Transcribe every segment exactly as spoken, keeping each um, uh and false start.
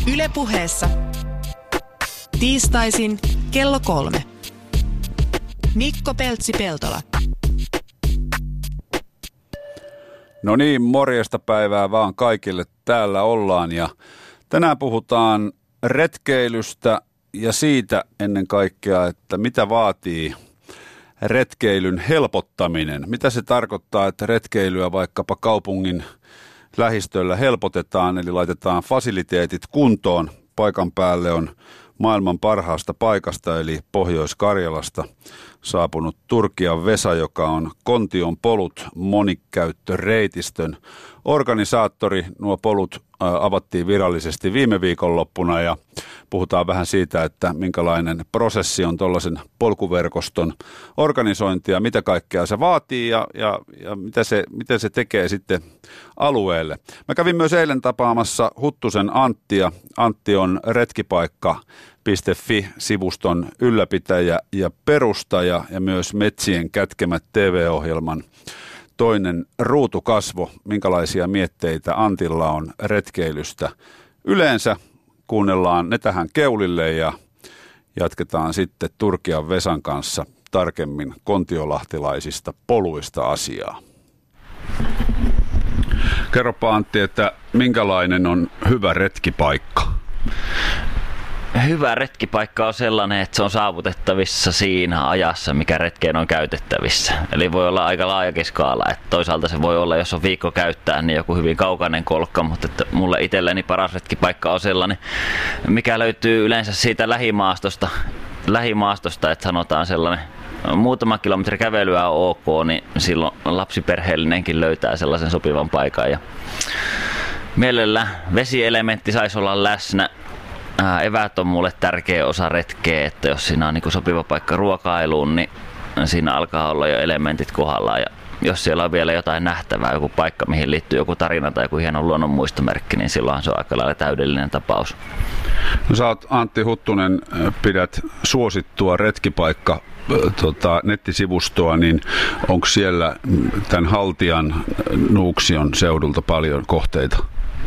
Yle Puheessa. Tiistaisin kello kolme. Mikko Peltsi-Peltola. No niin, morjesta päivää vaan kaikille. Täällä ollaan ja tänään puhutaan retkeilystä ja siitä ennen kaikkea, että mitä vaatii retkeilyn helpottaminen. Mitä se tarkoittaa, että retkeilyä vaikkapa kaupungin lähistöllä helpotetaan, eli laitetaan fasiliteetit kuntoon. Paikan päälle on maailman parhaasta paikasta, eli Pohjois-Karjalasta saapunut Turkian Vesa, joka on Kontion polut monikäyttöreitistön organisaattori. Nuo polut avattiin virallisesti viime viikonloppuna ja puhutaan vähän siitä, että minkälainen prosessi on tuollaisen polkuverkoston organisointi ja mitä kaikkea se vaatii ja, ja, ja mitä se, miten se tekee sitten alueelle. Mä kävin myös eilen tapaamassa Huttusen Anttia. Antti on retkipaikka piste fi-sivuston ylläpitäjä ja perustaja ja myös Metsien kätkemät T V-ohjelman toinen ruutukasvo. Minkälaisia mietteitä Antilla on retkeilystä yleensä? Kuunnellaan ne tähän keulille ja jatketaan sitten Turkian Vesan kanssa tarkemmin kontiolahtilaisista poluista asiaa. Kerropa Antti, että minkälainen on hyvä retkipaikka? Hyvä retkipaikka on sellainen, että se on saavutettavissa siinä ajassa, mikä retkeen on käytettävissä. Eli voi olla aika laajakin skaala. Että toisaalta se voi olla, jos on viikko käyttää, niin joku hyvin kaukainen kolkka, mutta että mulle itselleni paras retkipaikka on sellainen, mikä löytyy yleensä siitä lähimaastosta, lähimaastosta että sanotaan sellainen muutama kilometri kävelyä on ok, niin silloin lapsiperheellinenkin löytää sellaisen sopivan paikan. Ja mielellään vesielementti saisi olla läsnä. Ää, eväät on mulle tärkeä osa retkeä, että jos siinä on niin kuin sopiva paikka ruokailuun, niin siinä alkaa olla jo elementit kohdallaan. Ja jos siellä on vielä jotain nähtävää, joku paikka, mihin liittyy joku tarina tai joku hieno luonnon muistomerkki, niin silloin se on aika lailla täydellinen tapaus. No sä oot Antti Huttunen, pidät suosittua retkipaikka Tota, nettisivustoa, niin onko siellä tämän Haltian Nuuksion seudulta paljon kohteita?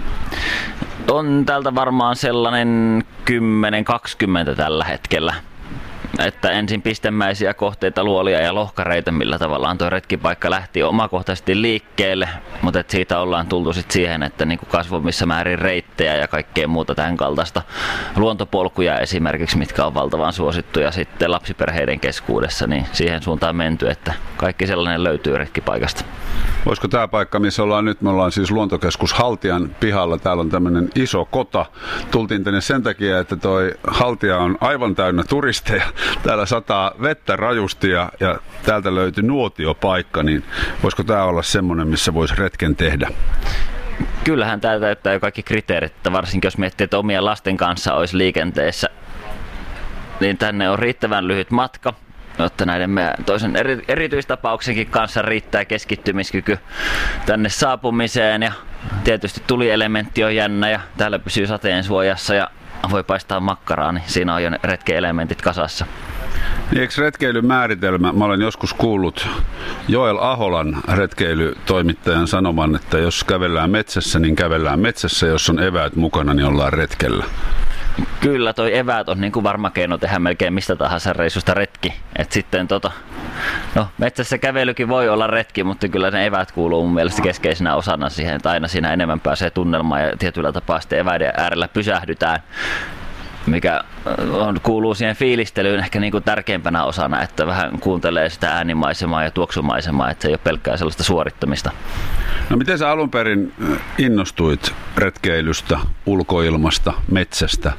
On täältä varmaan sellainen kymmenen kaksikymmentä tällä hetkellä. Että ensin pistemäisiä kohteita, luolia ja lohkareita, millä tavallaan tuo retkipaikka lähti omakohtaisesti liikkeelle, mutta et siitä ollaan tultu sit siihen, että niinku kasvavissa määrin reittejä ja kaikkea muuta tämän kaltaista luontopolkuja esimerkiksi, mitkä on valtavan suosittuja sitten lapsiperheiden keskuudessa, niin siihen suuntaan menty, että kaikki sellainen löytyy retkipaikasta. Voisiko tämä paikka, missä ollaan nyt, me ollaan siis luontokeskus Haltian pihalla, täällä on tämmöinen iso kota. Tultiin tänne sen takia, että toi Haltia on aivan täynnä turisteja. Täällä sataa vettä rajusti ja, ja täältä löytyi nuotiopaikka, niin voisiko tämä olla semmoinen, missä voisi retken tehdä? Kyllähän tämä täyttää jo kaikki kriteerit, että varsinkin jos miettii, että omien lasten kanssa olisi liikenteessä, niin tänne on riittävän lyhyt matka, jotta näiden meidän toisen eri, erityistapauksenkin kanssa riittää keskittymiskyky tänne saapumiseen ja tietysti tulielementti on jännä ja täällä pysyy sateen suojassa ja voi paistaa makkaraa, niin siinä on jo ne retkeelementit kasassa. Niin eikö retkeilyn määritelmä, mä olen joskus kuullut Joel Aholan retkeilytoimittajan sanoman, että jos kävellään metsässä, niin kävellään metsässä, jos on eväät mukana, niin ollaan retkellä. Kyllä, toi eväät on niin kuin varma keino tehdä melkein mistä tahansa reissusta retki. Et sitten tota, no, metsässä kävelykin voi olla retki, mutta kyllä ne eväät kuuluu mun mielestä keskeisenä osana siihen, että aina siinä enemmän pääsee tunnelmaan ja tietyllä tapaa sitten eväiden äärellä pysähdytään, mikä on, kuuluu siihen fiilistelyyn ehkä niin kuin tärkeimpänä osana, että vähän kuuntelee sitä äänimaisemaa ja tuoksumaisemaa, että se ei ole pelkkää sellaista suorittamista. No miten sä alun perin innostuit retkeilystä, ulkoilmasta, metsästä?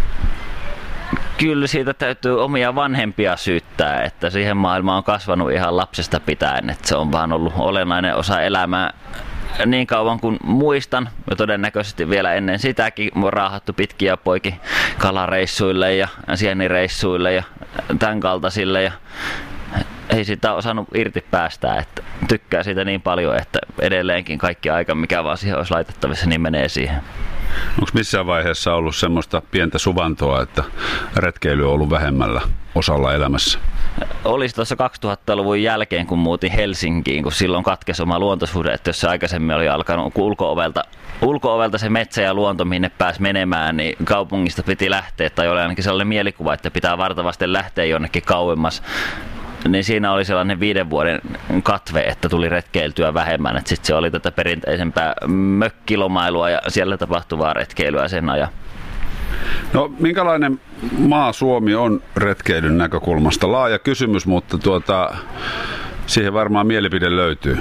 Kyllä siitä täytyy omia vanhempia syyttää, että siihen maailmaan on kasvanut ihan lapsesta pitäen, että se on vaan ollut olennainen osa elämää niin kauan kuin muistan, ja todennäköisesti vielä ennen sitäkin on raahattu pitkiä poikin kalareissuille ja sienireissuille ja tämän kaltaisille. Ja ei sitä osannut irti päästää, että tykkää siitä niin paljon, että edelleenkin kaikki aika, mikä vaan siihen olisi laitettavissa, niin menee siihen. Onko missään vaiheessa ollut semmoista pientä suvantoa, että retkeily on ollut vähemmällä? osalla elämässä? Olisi tuossa kaksituhattaluvun jälkeen, kun muutin Helsinkiin, kun silloin katkesi oma luontosuhde, että jos se aikaisemmin oli alkanut ulko-ovelta, ulko-ovelta se metsä ja luonto, minne pääsi menemään, niin kaupungista piti lähteä, tai oli ainakin sellainen mielikuva, että pitää vartavasti lähteä jonnekin kauemmas. Niin siinä oli sellainen viiden vuoden katve, että tuli retkeiltyä vähemmän. Sitten se oli tätä perinteisempää mökkilomailua ja siellä tapahtuvaa retkeilyä sen ajan. No minkälainen maa Suomi on retkeilyn näkökulmasta? Laaja kysymys, mutta tuota, siihen varmaan mielipide löytyy.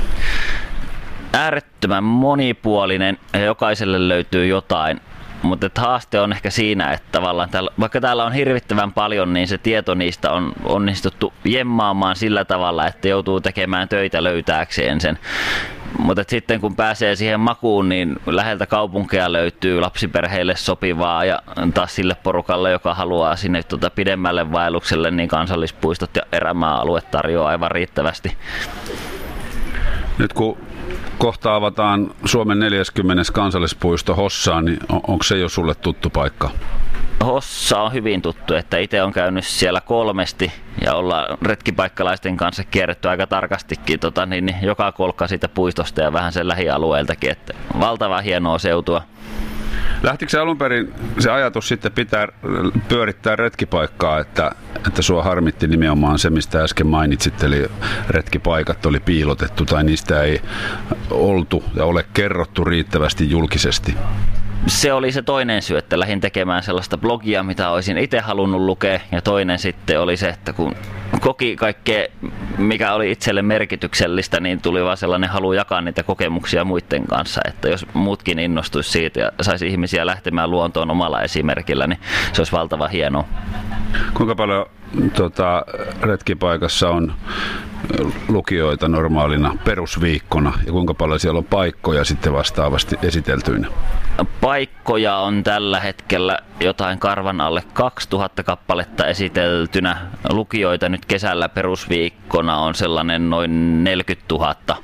Äärettömän monipuolinen ja jokaiselle löytyy jotain. Mutta haaste on ehkä siinä, että tavallaan täällä, vaikka täällä on hirvittävän paljon, niin se tieto niistä on onnistuttu jemmaamaan sillä tavalla, että joutuu tekemään töitä löytääkseen sen. Mutta sitten kun pääsee siihen makuun, niin läheltä kaupunkeja löytyy lapsiperheille sopivaa ja taas sille porukalle, joka haluaa sinne tuota pidemmälle vaellukselle, niin kansallispuistot ja erämaa-alue tarjoaa aivan riittävästi. Nyt kun kohta avataan Suomen neljäskymmenes kansallispuisto Hossaan, niin on, onko se jo sulle tuttu paikka? Hossa on hyvin tuttu, että itse on käynyt siellä kolmesti ja ollaan retkipaikkalaisten kanssa kierretty aika tarkastikin tota, niin, niin joka kolkka siitä puistosta ja vähän sen lähialueeltakin, että valtavan hienoa seutua. Lähtikö se alun perin se ajatus sitten pitää pyörittää retkipaikkaa, että, että sua harmitti nimenomaan se, mistä äsken mainitsit, eli retkipaikat oli piilotettu tai niistä ei oltu ja ole kerrottu riittävästi julkisesti? Se oli se toinen syy, että lähdin tekemään sellaista blogia, mitä olisin itse halunnut lukea, ja toinen sitten oli se, että kun koki kaikkea, mikä oli itselle merkityksellistä, niin tuli vaan sellainen halu jakaa niitä kokemuksia muiden kanssa, että jos muutkin innostuisi siitä ja saisi ihmisiä lähtemään luontoon omalla esimerkillä, niin se olisi valtavan hienoa. Kuinka paljon tota, retkipaikassa on lukijoita normaalina perusviikkona ja kuinka paljon siellä on paikkoja sitten vastaavasti esiteltyinä? Paikkoja on tällä hetkellä jotain karvan alle kaksituhatta kappaletta esiteltynä. Lukijoita nyt kesällä perusviikkona on sellainen noin neljäkymmentätuhatta.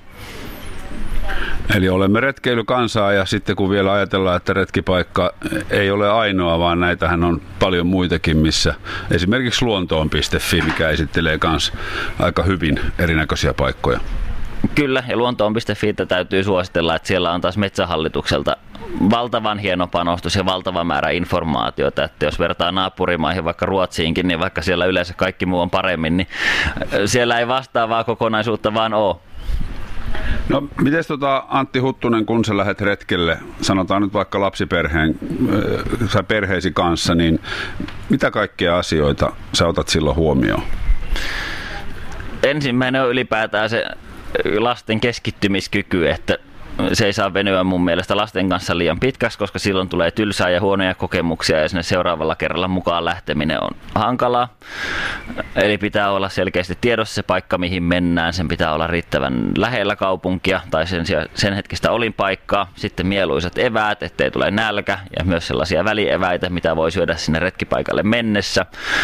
Eli olemme retkeilykansaa ja sitten kun vielä ajatellaan, että retkipaikka ei ole ainoa, vaan näitähän on paljon muitakin, missä esimerkiksi luontoon piste fi, mikä esittelee myös aika hyvin erinäköisiä paikkoja. Kyllä, ja luontoon piste fi täytyy suositella, että siellä on taas Metsähallitukselta valtavan hieno panostus ja valtava määrä informaatiota, että jos vertaa naapurimaihin vaikka Ruotsiinkin, niin vaikka siellä yleensä kaikki muu on paremmin, niin siellä ei vastaavaa kokonaisuutta vaan ole. No, miten tota, Antti Huttunen, kun sä lähdet retkelle, sanotaan nyt vaikka lapsiperheen äh, perheesi kanssa, niin mitä kaikkia asioita sä otat silloin huomioon? Ensimmäinen on ylipäätään se lasten keskittymiskyky, että se ei saa venyä mun mielestä lasten kanssa liian pitkäksi, koska silloin tulee tylsää ja huonoja kokemuksia ja sinne seuraavalla kerralla mukaan lähteminen on hankalaa. Eli pitää olla selkeästi tiedossa se paikka, mihin mennään. Sen pitää olla riittävän lähellä kaupunkia tai sen, sen hetkistä olinpaikkaa. Sitten mieluisat eväät, ettei tule nälkä ja myös sellaisia välieväitä, mitä voi syödä sinne retkipaikalle mennessä.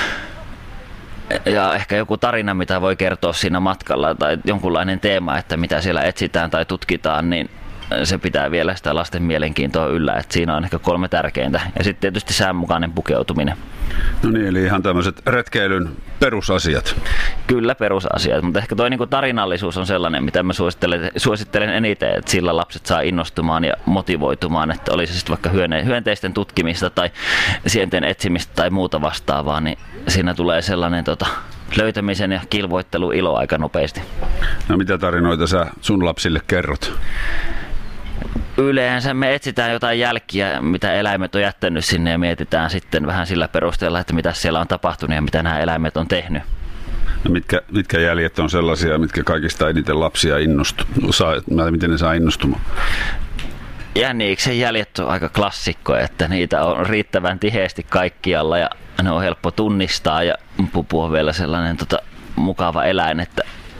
Ja ehkä joku tarina, mitä voi kertoa siinä matkalla tai jonkunlainen teema, että mitä siellä etsitään tai tutkitaan, niin se pitää vielä sitä lasten mielenkiintoa yllä, että siinä on ehkä kolme tärkeintä. Ja sitten tietysti säänmukainen pukeutuminen. No niin, eli ihan tämmöiset retkeilyn perusasiat. Kyllä perusasiat, mutta ehkä tuo niinku tarinallisuus on sellainen, mitä mä suosittelen, suosittelen eniten, että sillä lapset saa innostumaan ja motivoitumaan, että olisi se sitten vaikka hyönteisten tutkimista tai sienten etsimistä tai muuta vastaavaa, niin siinä tulee sellainen tota, löytämisen ja kilvoittelu ilo aika nopeasti. No mitä tarinoita sä sun lapsille kerrot? Yleensä me etsitään jotain jälkiä, mitä eläimet on jättänyt sinne ja mietitään sitten vähän sillä perusteella, että mitä siellä on tapahtunut ja mitä nämä eläimet on tehnyt. No mitkä, mitkä jäljet on sellaisia, mitkä kaikista eniten lapsia innostuu, saa, miten ne saa innostumaan? Jäniksen jäljet on aika klassikkoja, että niitä on riittävän tiheästi kaikkialla ja ne on helppo tunnistaa ja pupu on vielä sellainen tota, mukava eläin, että,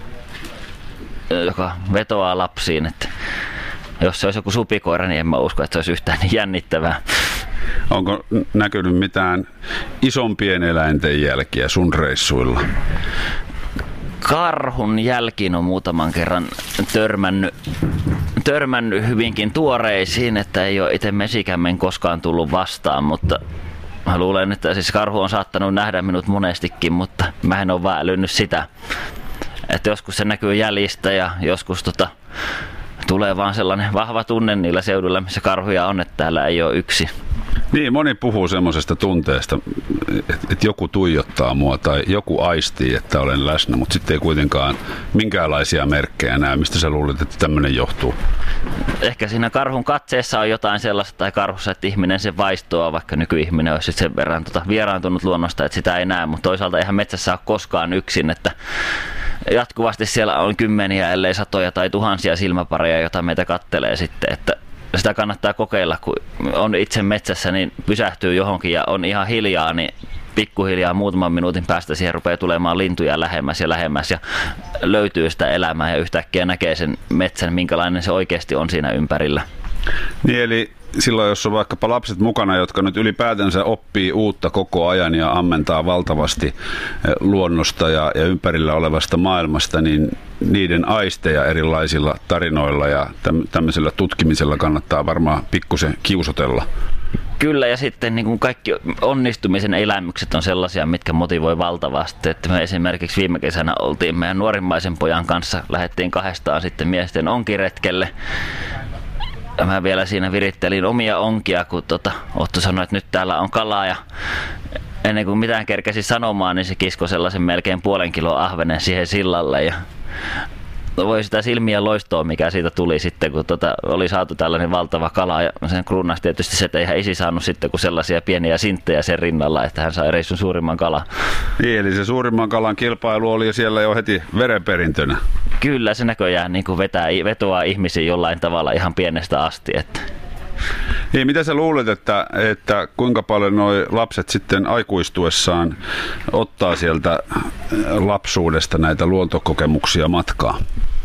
joka vetoaa lapsiin, että jos se olisi joku supikoira, niin en mä usko, että se olisi yhtään niin jännittävää. Onko näkynyt mitään isompien eläinten jälkiä sun reissuilla? Karhun jälkiin on muutaman kerran törmännyt, törmännyt hyvinkin tuoreisiin, että ei ole itse mesikämmen koskaan tullut vastaan, mutta Mä luulen, että siis karhu on saattanut nähdä minut monestikin, mutta mä en ole vaan älynyt sitä. Että joskus se näkyy jäljistä ja joskus tota, tulee vaan sellainen vahva tunne niillä seuduilla, missä karhuja on, että täällä ei ole yksi. Niin, moni puhuu semmoisesta tunteesta, että et joku tuijottaa mua tai joku aistii, että olen läsnä, mutta sitten ei kuitenkaan minkäänlaisia merkkejä näy. Mistä sä luulet, että tämmöinen johtuu? Ehkä siinä karhun katseessa on jotain sellaista tai karhussa, että ihminen se vaistoaa, vaikka nykyihminen olisi sen verran tota vieraantunut luonnosta, että sitä ei näe, mutta toisaalta eihän metsässä ole koskaan yksin, että jatkuvasti siellä on kymmeniä, ellei satoja tai tuhansia silmäpareja, joita meitä kattelee sitten, että sitä kannattaa kokeilla, kun on itse metsässä, niin pysähtyy johonkin ja on ihan hiljaa, niin pikkuhiljaa muutaman minuutin päästä siihen rupeaa tulemaan lintuja lähemmäs ja lähemmäs ja löytyy sitä elämää ja yhtäkkiä näkee sen metsän, minkälainen se oikeasti on siinä ympärillä. Niin, eli silloin, jos on vaikkapa lapset mukana, jotka nyt ylipäätänsä oppii uutta koko ajan ja ammentaa valtavasti luonnosta ja, ja ympärillä olevasta maailmasta, niin niiden aisteja erilaisilla tarinoilla ja tämmöisellä tutkimisella kannattaa varmaan pikkusen kiusotella. Kyllä, ja sitten niin kuin kaikki onnistumisen elämykset on sellaisia, mitkä motivoi valtavasti. Että me esimerkiksi viime kesänä oltiin meidän nuorimmaisen pojan kanssa, lähdettiin kahdestaan sitten miesten onkiretkelle. Mä vielä siinä virittelin omia onkia, kun tota, Otto sanoi, että nyt täällä on kalaa, ja ennen kuin mitään kerkesi sanomaan, niin se kiskoi sellaisen melkein puolen kilon ahvenen siihen sillalle. Ja voi sitä silmiä loistoa, mikä siitä tuli sitten, kun tota, oli saatu tällainen valtava kala. Ja sen kruunas tietysti se, että eihän isi saanut sitten kuin sellaisia pieniä sinttejä sen rinnalla, että hän sai reissun suurimman kalan. Niin, eli se suurimman kalan kilpailu oli siellä jo heti verenperintönä. Kyllä, se näköjään niin kuin vetää, vetoaa ihmisiin jollain tavalla ihan pienestä asti. Että. Hei, mitä sä luulet, että, että kuinka paljon nuo lapset sitten aikuistuessaan ottaa sieltä lapsuudesta näitä luontokokemuksia matkaa?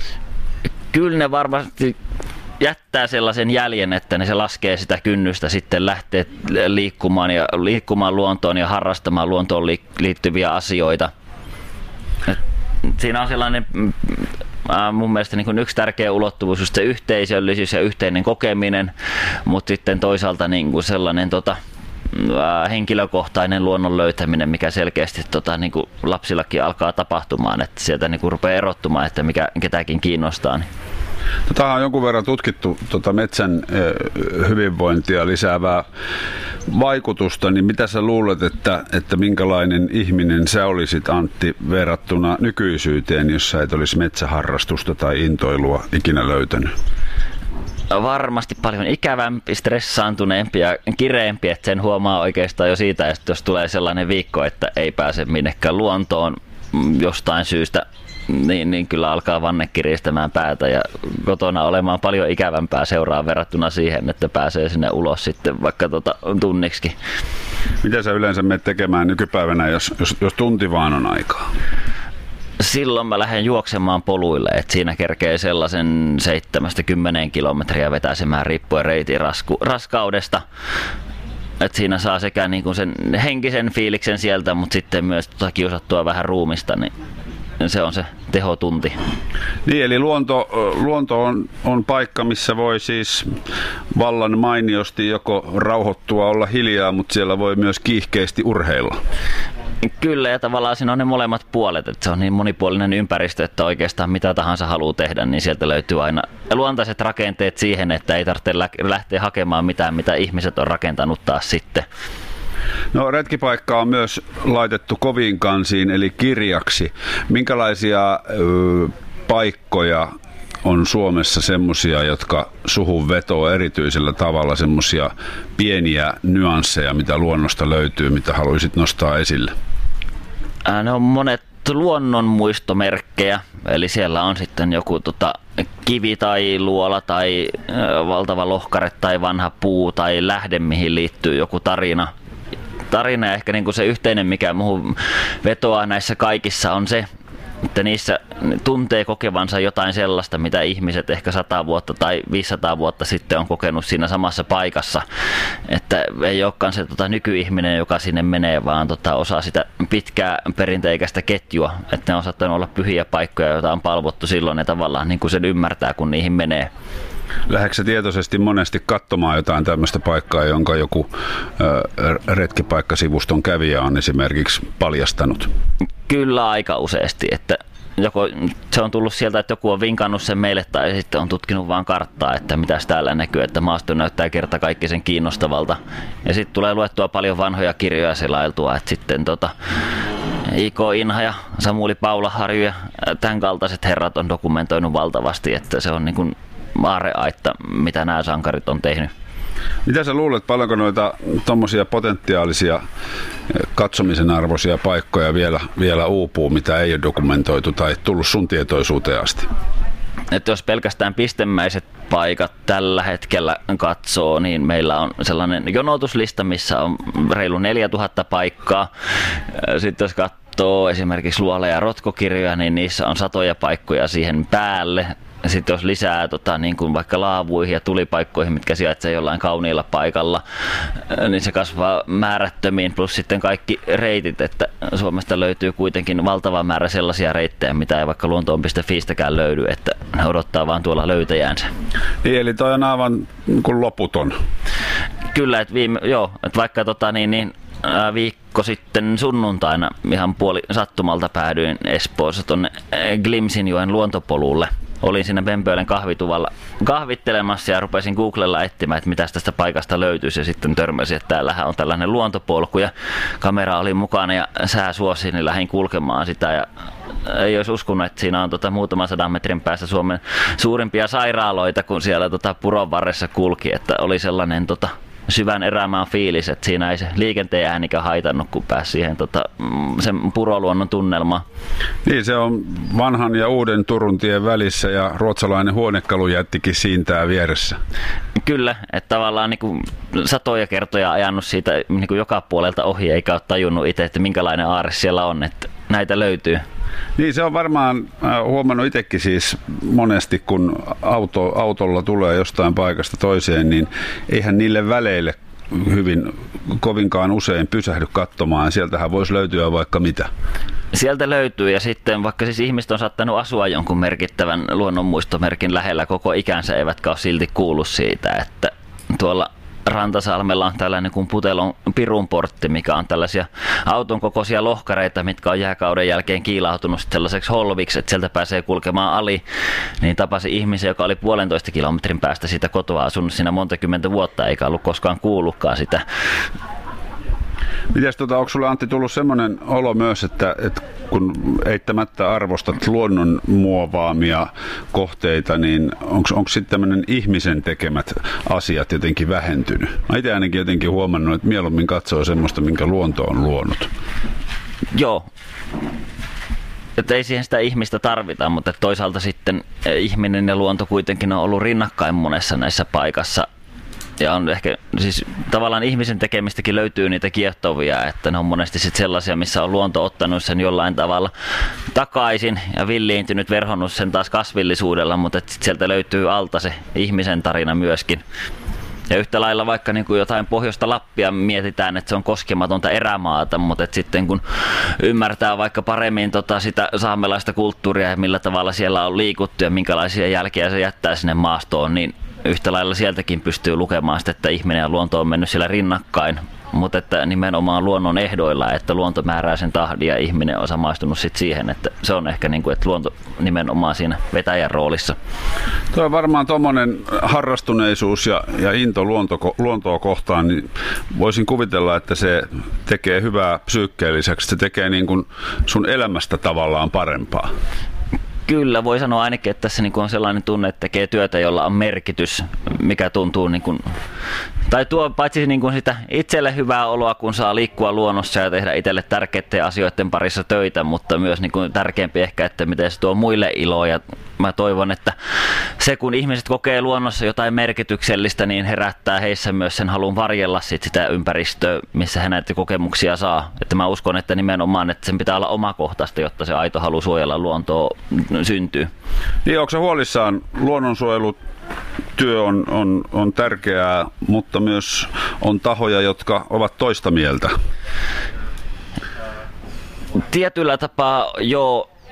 Kyllä ne varmasti jättää sellaisen jäljen, että ne se laskee sitä kynnystä sitten lähtee liikkumaan, ja, liikkumaan luontoon ja harrastamaan luontoon liittyviä asioita. Et siinä on sellainen mun mielestä niin kuin yksi tärkeä ulottuvuus, just se yhteisöllisyys ja yhteinen kokeminen, mutta sitten toisaalta niin kuin sellainen tota, henkilökohtainen luonnon löytäminen, mikä selkeästi tota, niin kuin lapsillakin alkaa tapahtumaan, että sieltä niin kuin rupeaa erottumaan, että mikä ketäkin kiinnostaa. Niin. Tätä on jonkun verran tutkittu tuota metsän hyvinvointia lisäävää vaikutusta, niin mitä sä luulet, että, että minkälainen ihminen sä olisit, Antti, verrattuna nykyisyyteen, jos sä et olisi metsäharrastusta tai intoilua ikinä löytänyt? Varmasti paljon ikävämpi, stressaantuneempi ja kireempi, että sen huomaa oikeastaan jo siitä, että jos tulee sellainen viikko, että ei pääse minnekään luontoon jostain syystä, Niin, niin kyllä alkaa vanne kiristämään päätä ja kotona olemaan paljon ikävämpää seuraa verrattuna siihen, että pääsee sinne ulos sitten vaikka tota tunniksi. Mitä sä yleensä menet tekemään nykypäivänä, jos, jos, jos tunti vaan on aikaa? Silloin mä lähden juoksemaan poluille, että siinä kerkee sellaisen seitsemästä kymmeneen kilometriä vetäisemään riippuen reitin rasku, raskaudesta. Et siinä saa sekä niinku sen henkisen fiiliksen sieltä, mutta sitten myös tota kiusattua vähän ruumista, niin se on se tehotunti. Niin, eli luonto, luonto on, on paikka, missä voi siis vallan mainiosti joko rauhoittua, olla hiljaa, mutta siellä voi myös kiihkeästi urheilla. Kyllä, ja tavallaan siinä on ne molemmat puolet, että se on niin monipuolinen ympäristö, että oikeastaan mitä tahansa haluaa tehdä, niin sieltä löytyy aina luontaiset rakenteet siihen, että ei tarvitse lähteä hakemaan mitään, mitä ihmiset on rakentanut taas sitten. No, retkipaikka on myös laitettu koviin kansiin, eli kirjaksi. Minkälaisia ö, paikkoja on Suomessa semmoisia, jotka suhun vetoo erityisellä tavalla, semmoisia pieniä nyansseja, mitä luonnosta löytyy, mitä haluaisit nostaa esille? Ne on monet luonnonmuistomerkkejä, eli siellä on sitten joku tota, kivi tai luola tai ö, valtava lohkare tai vanha puu tai lähde, mihin liittyy joku tarina. Tarina ja ehkä niin kuin se yhteinen, mikä muuhun vetoaa näissä kaikissa, on se, että niissä tuntee kokevansa jotain sellaista, mitä ihmiset ehkä sata vuotta tai viisisataa vuotta sitten on kokenut siinä samassa paikassa. Että ei olekaan se tota, nykyihminen, joka sinne menee, vaan tota, osa sitä pitkää perinteikäistä ketjua. Että ne on saattanut olla pyhiä paikkoja, joita on palvottu silloin ja tavallaan niin kuin sen ymmärtää, kun niihin menee. Lähdekö sä tietoisesti monesti katsomaan jotain tämmöistä paikkaa, jonka joku ö, retkipaikkasivuston kävijä on esimerkiksi paljastanut? Kyllä aika useasti, että joko se on tullut sieltä, että joku on vinkannut sen meille tai sitten on tutkinut vaan karttaa, että mitäs täällä näkyy, että maasto näyttää kerta kaikki sen kiinnostavalta. Ja sitten tulee luettua paljon vanhoja kirjoja selailtua, että sitten tota, I K Inha ja Samuli Paulaharju ja tämän kaltaiset herrat on dokumentoinut valtavasti, että se on niin kuin aarreaitta, mitä nämä sankarit on tehnyt. Mitä sä luulet, paljonko noita tommosia potentiaalisia katsomisen arvoisia paikkoja vielä, vielä uupuu, mitä ei ole dokumentoitu tai tullut sun tietoisuuteen asti? Että jos pelkästään pistemäiset paikat tällä hetkellä katsoo, niin meillä on sellainen jonotuslista, missä on reilu neljätuhatta paikkaa. Sitten jos katsoo esimerkiksi luola- ja rotkokirjoja, niin niissä on satoja paikkoja siihen päälle. Sitten jos lisää tota, niin kuin vaikka laavuihin ja tulipaikkoihin, mitkä sijaitsee jollain kauniilla paikalla, niin se kasvaa määrättömiin, plus sitten kaikki reitit, että Suomesta löytyy kuitenkin valtava määrä sellaisia reittejä, mitä ei vaikka luontoon piste fi:stäkään löydy, että ne odottaa vaan tuolla löytäjäänsä. Niin, eli toi on aivan kuin loputon. Kyllä, että, viime, joo, että vaikka tota, niin, niin, viikko sitten sunnuntaina ihan puoli sattumalta päädyin Espoossa tuonne Glimsinjoen luontopolulle. Olin siinä Bempöölen kahvituvalla kahvittelemassa ja rupesin Googlella etsimään, että mitä tästä paikasta löytyisi, ja sitten törmäsin, että täällähän on tällainen luontopolku ja kamera oli mukana ja sää suosi, niin lähdin kulkemaan sitä ja ei olisi uskunut, että siinä on tota muutaman sadan metrin päässä Suomen suurimpia sairaaloita, kun siellä tota puron varressa kulki, että oli sellainen tota syvän erämaan fiilis, että siinä ei se liikenteen äänikä haitannut, kun pääsi siihen tota, sen puroluonnon tunnelmaan. Niin, se on vanhan ja uuden Turun tien välissä ja ruotsalainen huonekalujättikin siintää vieressä. Kyllä, että tavallaan niin kuin satoja kertoja ajanut siitä niin kuin joka puolelta ohi, eikä ole tajunnut itse, että minkälainen aarre siellä on, että näitä löytyy. Niin, se on varmaan huomannut itsekin siis monesti, kun auto, autolla tulee jostain paikasta toiseen, niin eihän niille väleille hyvin kovinkaan usein pysähdy katsomaan. Sieltähän voisi löytyä vaikka mitä. Sieltä löytyy, ja sitten vaikka siis ihmiset on saattanut asua jonkun merkittävän luonnonmuistomerkin lähellä koko ikänsä, eivätkä ole silti kuullut siitä, että tuolla Rantasalmella on tällainen kuin Putelon Pirunportti, mikä on tällaisia auton kokoisia lohkareita, mitkä on jääkauden jälkeen kiilautunut sellaiseksi holviksi, että sieltä pääsee kulkemaan ali. Niin tapasi ihmisen, joka oli puolentoista kilometrin päästä siitä kotoa asunut siinä monta kymmentä vuotta, eikä ollut koskaan kuullutkaan sitä. Mites, tota, onko sulle, Antti, tullut semmoinen olo myös, että, että kun eittämättä arvostat luonnon muovaamia kohteita, niin onko sitten tämmöinen ihmisen tekemät asiat jotenkin vähentynyt? Mä itse ainakin jotenkin huomannut, että mieluummin katsoo semmoista, minkä luonto on luonut. Joo. Että ei siihen sitä ihmistä tarvita, mutta toisaalta sitten ihminen ja luonto kuitenkin on ollut rinnakkain monessa näissä paikassa. Ja on ehkä, siis tavallaan ihmisen tekemistäkin löytyy niitä kiehtovia, että ne on monesti sit sellaisia, missä on luonto ottanut sen jollain tavalla takaisin ja villiintynyt, verhonnut sen taas kasvillisuudella, mutta sit sieltä löytyy alta se ihmisen tarina myöskin. Ja yhtä lailla vaikka niin kuin jotain pohjoista Lappia mietitään, että se on koskematonta erämaata, mutta et sitten kun ymmärtää vaikka paremmin tota sitä saamelaista kulttuuria ja millä tavalla siellä on liikuttu ja minkälaisia jälkiä se jättää sinne maastoon, niin yhtä lailla sieltäkin pystyy lukemaan sitä, että ihminen ja luonto on mennyt siellä rinnakkain, mutta että nimenomaan luonnon ehdoilla, että luonto määrää sen tahdin ja ihminen on samaistunut sit siihen, että se on ehkä niin kuin, että luonto nimenomaan siinä vetäjän roolissa. Tuo on varmaan tuommoinen harrastuneisuus ja, ja into luonto, luontoa kohtaan, niin voisin kuvitella, että se tekee hyvää psyykkeen lisäksi, se tekee niin kuin sun elämästä tavallaan parempaa. Kyllä, voi sanoa ainakin, että tässä on sellainen tunne, että tekee työtä, jolla on merkitys, mikä tuntuu, niin kuin, tai tuo paitsi niin kuin sitä itselle hyvää oloa, kun saa liikkua luonnossa ja tehdä itselle tärkeiden asioiden parissa töitä, mutta myös niin kuin tärkeämpi ehkä, että miten se tuo muille iloa. Ja mä toivon, että se kun ihmiset kokee luonnossa jotain merkityksellistä, niin herättää heissä myös sen halun varjella sit sitä ympäristöä, missä he näitä kokemuksia saa. Että mä uskon, että nimenomaan, että sen pitää olla omakohtaista, jotta se aito halu suojella luontoa syntyy. Niin, onko se huolissaan? Luonnonsuojelutyö on, on, on tärkeää, mutta myös on tahoja, jotka ovat toista mieltä. Tietyllä tapaa joo,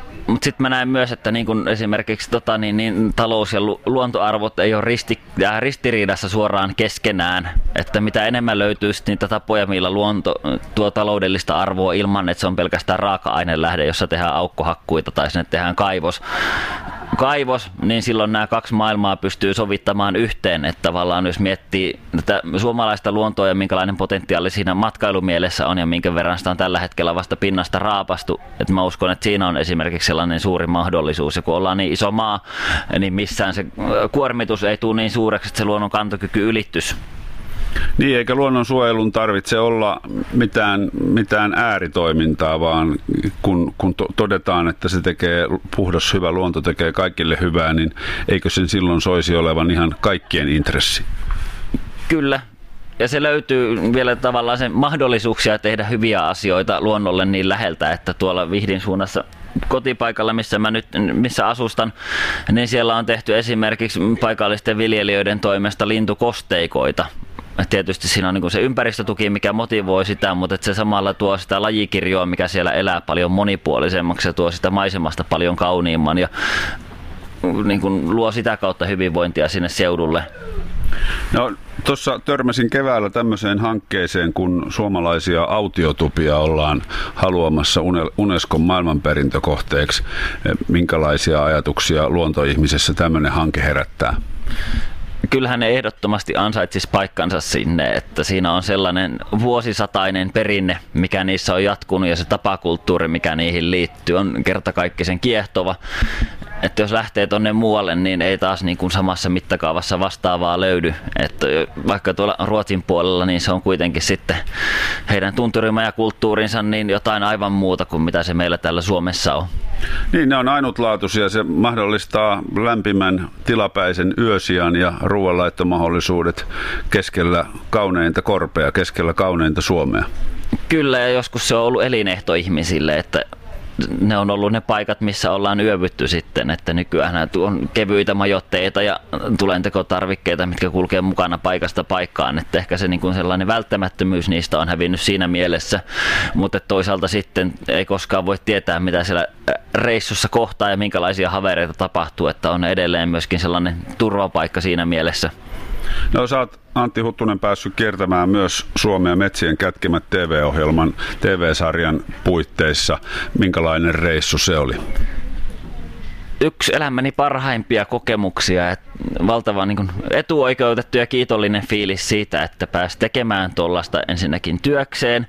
Mutta sitten mä näen myös, että niin kun esimerkiksi tota, niin, niin, talous- ja lu- luontoarvot ei ole risti, äh, ristiriidassa suoraan keskenään. Että mitä enemmän löytyy niitä tapoja, millä luonto tuo taloudellista arvoa ilman, että se on pelkästään raaka-ainelähde, jossa tehdään aukkohakkuita tai sinne tehdään kaivos. kaivos, niin silloin nämä kaksi maailmaa pystyy sovittamaan yhteen, että tavallaan jos miettii tätä suomalaista luontoa ja minkälainen potentiaali siinä matkailumielessä on ja minkä verran sitä on tällä hetkellä vasta pinnasta raapastu, että mä uskon, että siinä on esimerkiksi sellainen suuri mahdollisuus, ja kun ollaan niin iso maa, niin missään se kuormitus ei tule niin suureksi, että se luonnon kantokyky ylittyisi. Niin, eikä luonnonsuojelun tarvitse olla mitään, mitään ääritoimintaa, vaan kun, kun to, todetaan, että se tekee, puhdas hyvä luonto tekee kaikille hyvää, niin eikö sen silloin soisi olevan ihan kaikkien intressi? Kyllä. Ja se löytyy vielä tavallaan sen mahdollisuuksia tehdä hyviä asioita luonnolle niin läheltä, että tuolla Vihdin suunnassa kotipaikalla, missä mä nyt missä asustan, niin siellä on tehty esimerkiksi paikallisten viljelijöiden toimesta lintukosteikoita. Tietysti siinä on niin se ympäristötuki, mikä motivoi sitä, mutta se samalla tuo sitä lajikirjoa, mikä siellä elää paljon monipuolisemmaksi ja tuo sitä maisemasta paljon kauniimman ja niin kuin luo sitä kautta hyvinvointia sinne seudulle. No, tuossa törmäsin keväällä tämmöiseen hankkeeseen, kun suomalaisia autiotupia ollaan haluamassa Unescon maailmanperintökohteeksi. Minkälaisia ajatuksia luontoihmisessä tämmöinen hanke herättää? Kyllähän ne ehdottomasti ansaitsisi paikkansa sinne, että siinä on sellainen vuosisatainen perinne, mikä niissä on jatkunut, ja se tapakulttuuri, mikä niihin liittyy, on kertakaikkisen kiehtova. Että jos lähtee tonne muualle, niin ei taas niin kuin samassa mittakaavassa vastaavaa löydy. Että vaikka tuolla Ruotsin puolella, niin se on kuitenkin sitten heidän tunturima ja kulttuurinsa niin jotain aivan muuta kuin mitä se meillä täällä Suomessa on. Niin, ne on ainutlaatuisia. Se mahdollistaa lämpimän tilapäisen yösijan ja ruoanlaittomahdollisuudet keskellä kauneinta korpea, keskellä kauneinta Suomea. Kyllä, ja joskus se on ollut elinehto ihmisille, että ne on ollut ne paikat, missä ollaan yövytty sitten, että nykyään on kevyitä majoitteita ja tulentekotarvikkeita, mitkä kulkee mukana paikasta paikkaan, että ehkä se niin kuin sellainen välttämättömyys niistä on hävinnyt siinä mielessä, mutta toisaalta sitten ei koskaan voi tietää, mitä siellä reissussa kohtaa ja minkälaisia havereita tapahtuu, että on edelleen myöskin sellainen turvapaikka siinä mielessä. No, sä oot, Antti Huttunen, päässyt kiertämään myös Suomea metsien kätkemät T V-ohjelman, T V-sarjan puitteissa. Minkälainen reissu se oli? Yksi elämäni parhaimpia kokemuksia, että valtavan niin kuin etuoikeutettu ja kiitollinen fiilis siitä, että pääsi tekemään tuollaista ensinnäkin työkseen.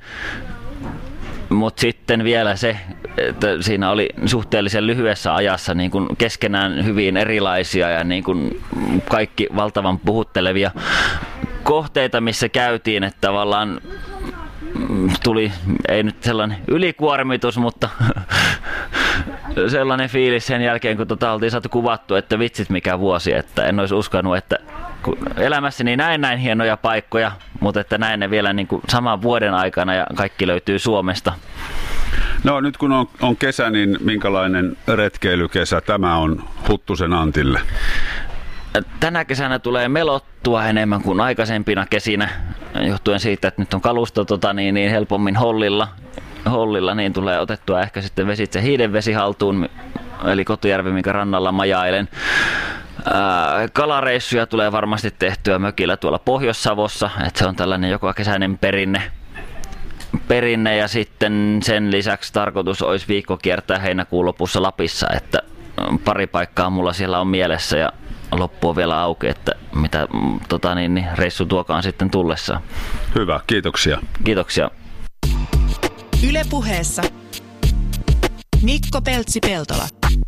Mutta sitten vielä se, että siinä oli suhteellisen lyhyessä ajassa niin kuin keskenään hyvin erilaisia ja niin kuin kaikki valtavan puhuttelevia kohteita, missä käytiin, että tavallaan tuli, ei nyt sellainen ylikuormitus, mutta sellainen fiilis sen jälkeen, kun tota oltiin saatu kuvattu, että vitsit mikä vuosi, että en olisi uskonut, että elämässäni näin näin hienoja paikkoja, mutta että näin ne vielä niin kuin saman vuoden aikana ja kaikki löytyy Suomesta. No, nyt kun on, on kesä, niin minkälainen retkeilykesä tämä on Huttusen Antille? Tänä kesänä tulee melottua enemmän kuin aikaisempina kesinä, johtuen siitä, että nyt on kalusto tota, niin, niin helpommin hollilla, hollilla, niin tulee otettua ehkä sitten vesitse hiidenvesi haltuun, eli Kotujärvi, minkä rannalla majailen. Ää, kalareissuja tulee varmasti tehtyä mökillä tuolla Pohjois-Savossa, että se on tällainen joka kesäinen perinne. perinne ja sitten sen lisäksi tarkoitus olisi viikko kiertää heinäkuun lopussa Lapissa, että pari paikkaa mulla siellä on mielessä ja loppu on vielä auki, että mitä tota, niin, niin, reissu tuokaan sitten tullessaan. Hyvä, kiitoksia. Kiitoksia. Yle Puheessa Mikko Peltsi-Peltola.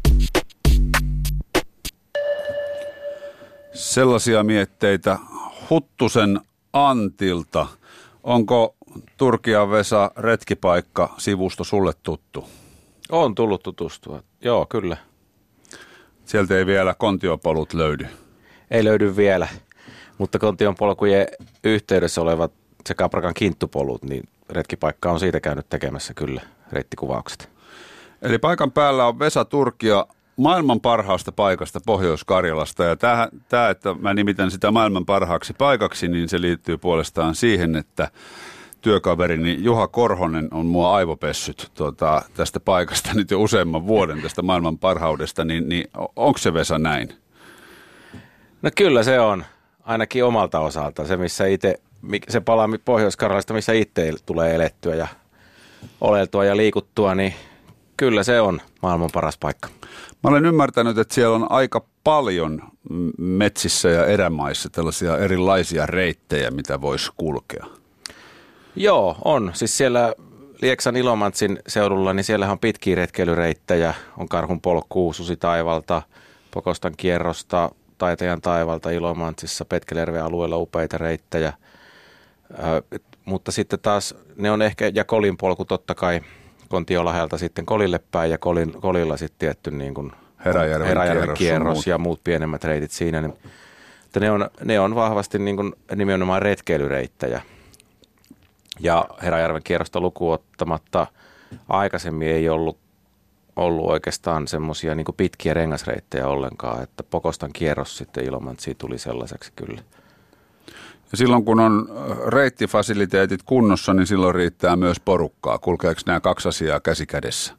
Sellaisia mietteitä Huttusen Antilta. Onko Turkian Vesa retkipaikka sivusto sulle tuttu? On tullut tutustua. Joo, kyllä. Sieltä ei vielä kontiopolut löydy. Ei löydy vielä, mutta kontion polkujen yhteydessä olevat sekä Prakan kinttupolut, niin retkipaikka on siitä käynyt tekemässä kyllä reittikuvaukset. Eli paikan päällä on Vesa Turkia maailman parhaasta paikasta Pohjois-Karjalasta. Ja tämä, tämä, että mä nimitän sitä maailman parhaaksi paikaksi, niin se liittyy puolestaan siihen, että työkaverini Juha Korhonen on mua aivopessyt tuota, tästä paikasta nyt jo useamman vuoden tästä maailman parhaudesta, niin, niin onko se Vesa näin? No kyllä se on, ainakin omalta osalta. Se, missä itse, se palaa Pohjois-Karjalasta, missä itse tulee elettyä ja oleltua ja liikuttua, niin kyllä se on maailman paras paikka. Mä olen ymmärtänyt, että siellä on aika paljon metsissä ja erämaissa tällaisia erilaisia reittejä, mitä voisi kulkea. Joo, on. Siis siellä Lieksan Ilomantsin seudulla, niin siellä on pitkiä retkeilyreittejä. On Karhun polku, Susitaivalta, Pokostan kierrosta, Taitajan taivalta Ilomantsissa, Petkeljärven alueella upeita reittejä. Ö, mutta sitten taas ne on ehkä, ja Kolin polku totta kai Kontiolahelta sitten Kolille päin ja Kolin, Kolilla sitten tietty niin kuin Heräjärven, Heräjärven kierros, kierros muut. ja muut pienemmät reitit siinä. Niin, että ne, on, ne on vahvasti niin kuin nimenomaan retkeilyreittejä. Ja Heräjärven kierrosta lukuun ottamatta aikaisemmin ei ollut, ollut oikeastaan semmoisia niin kuin pitkiä rengasreittejä ollenkaan, että Pokostan kierros sitten Ilomantsiin tuli sellaiseksi kyllä. Ja silloin kun on reittifasiliteetit kunnossa, niin silloin riittää myös porukkaa. Kulkeeko nämä kaksi asiaa käsi kädessä?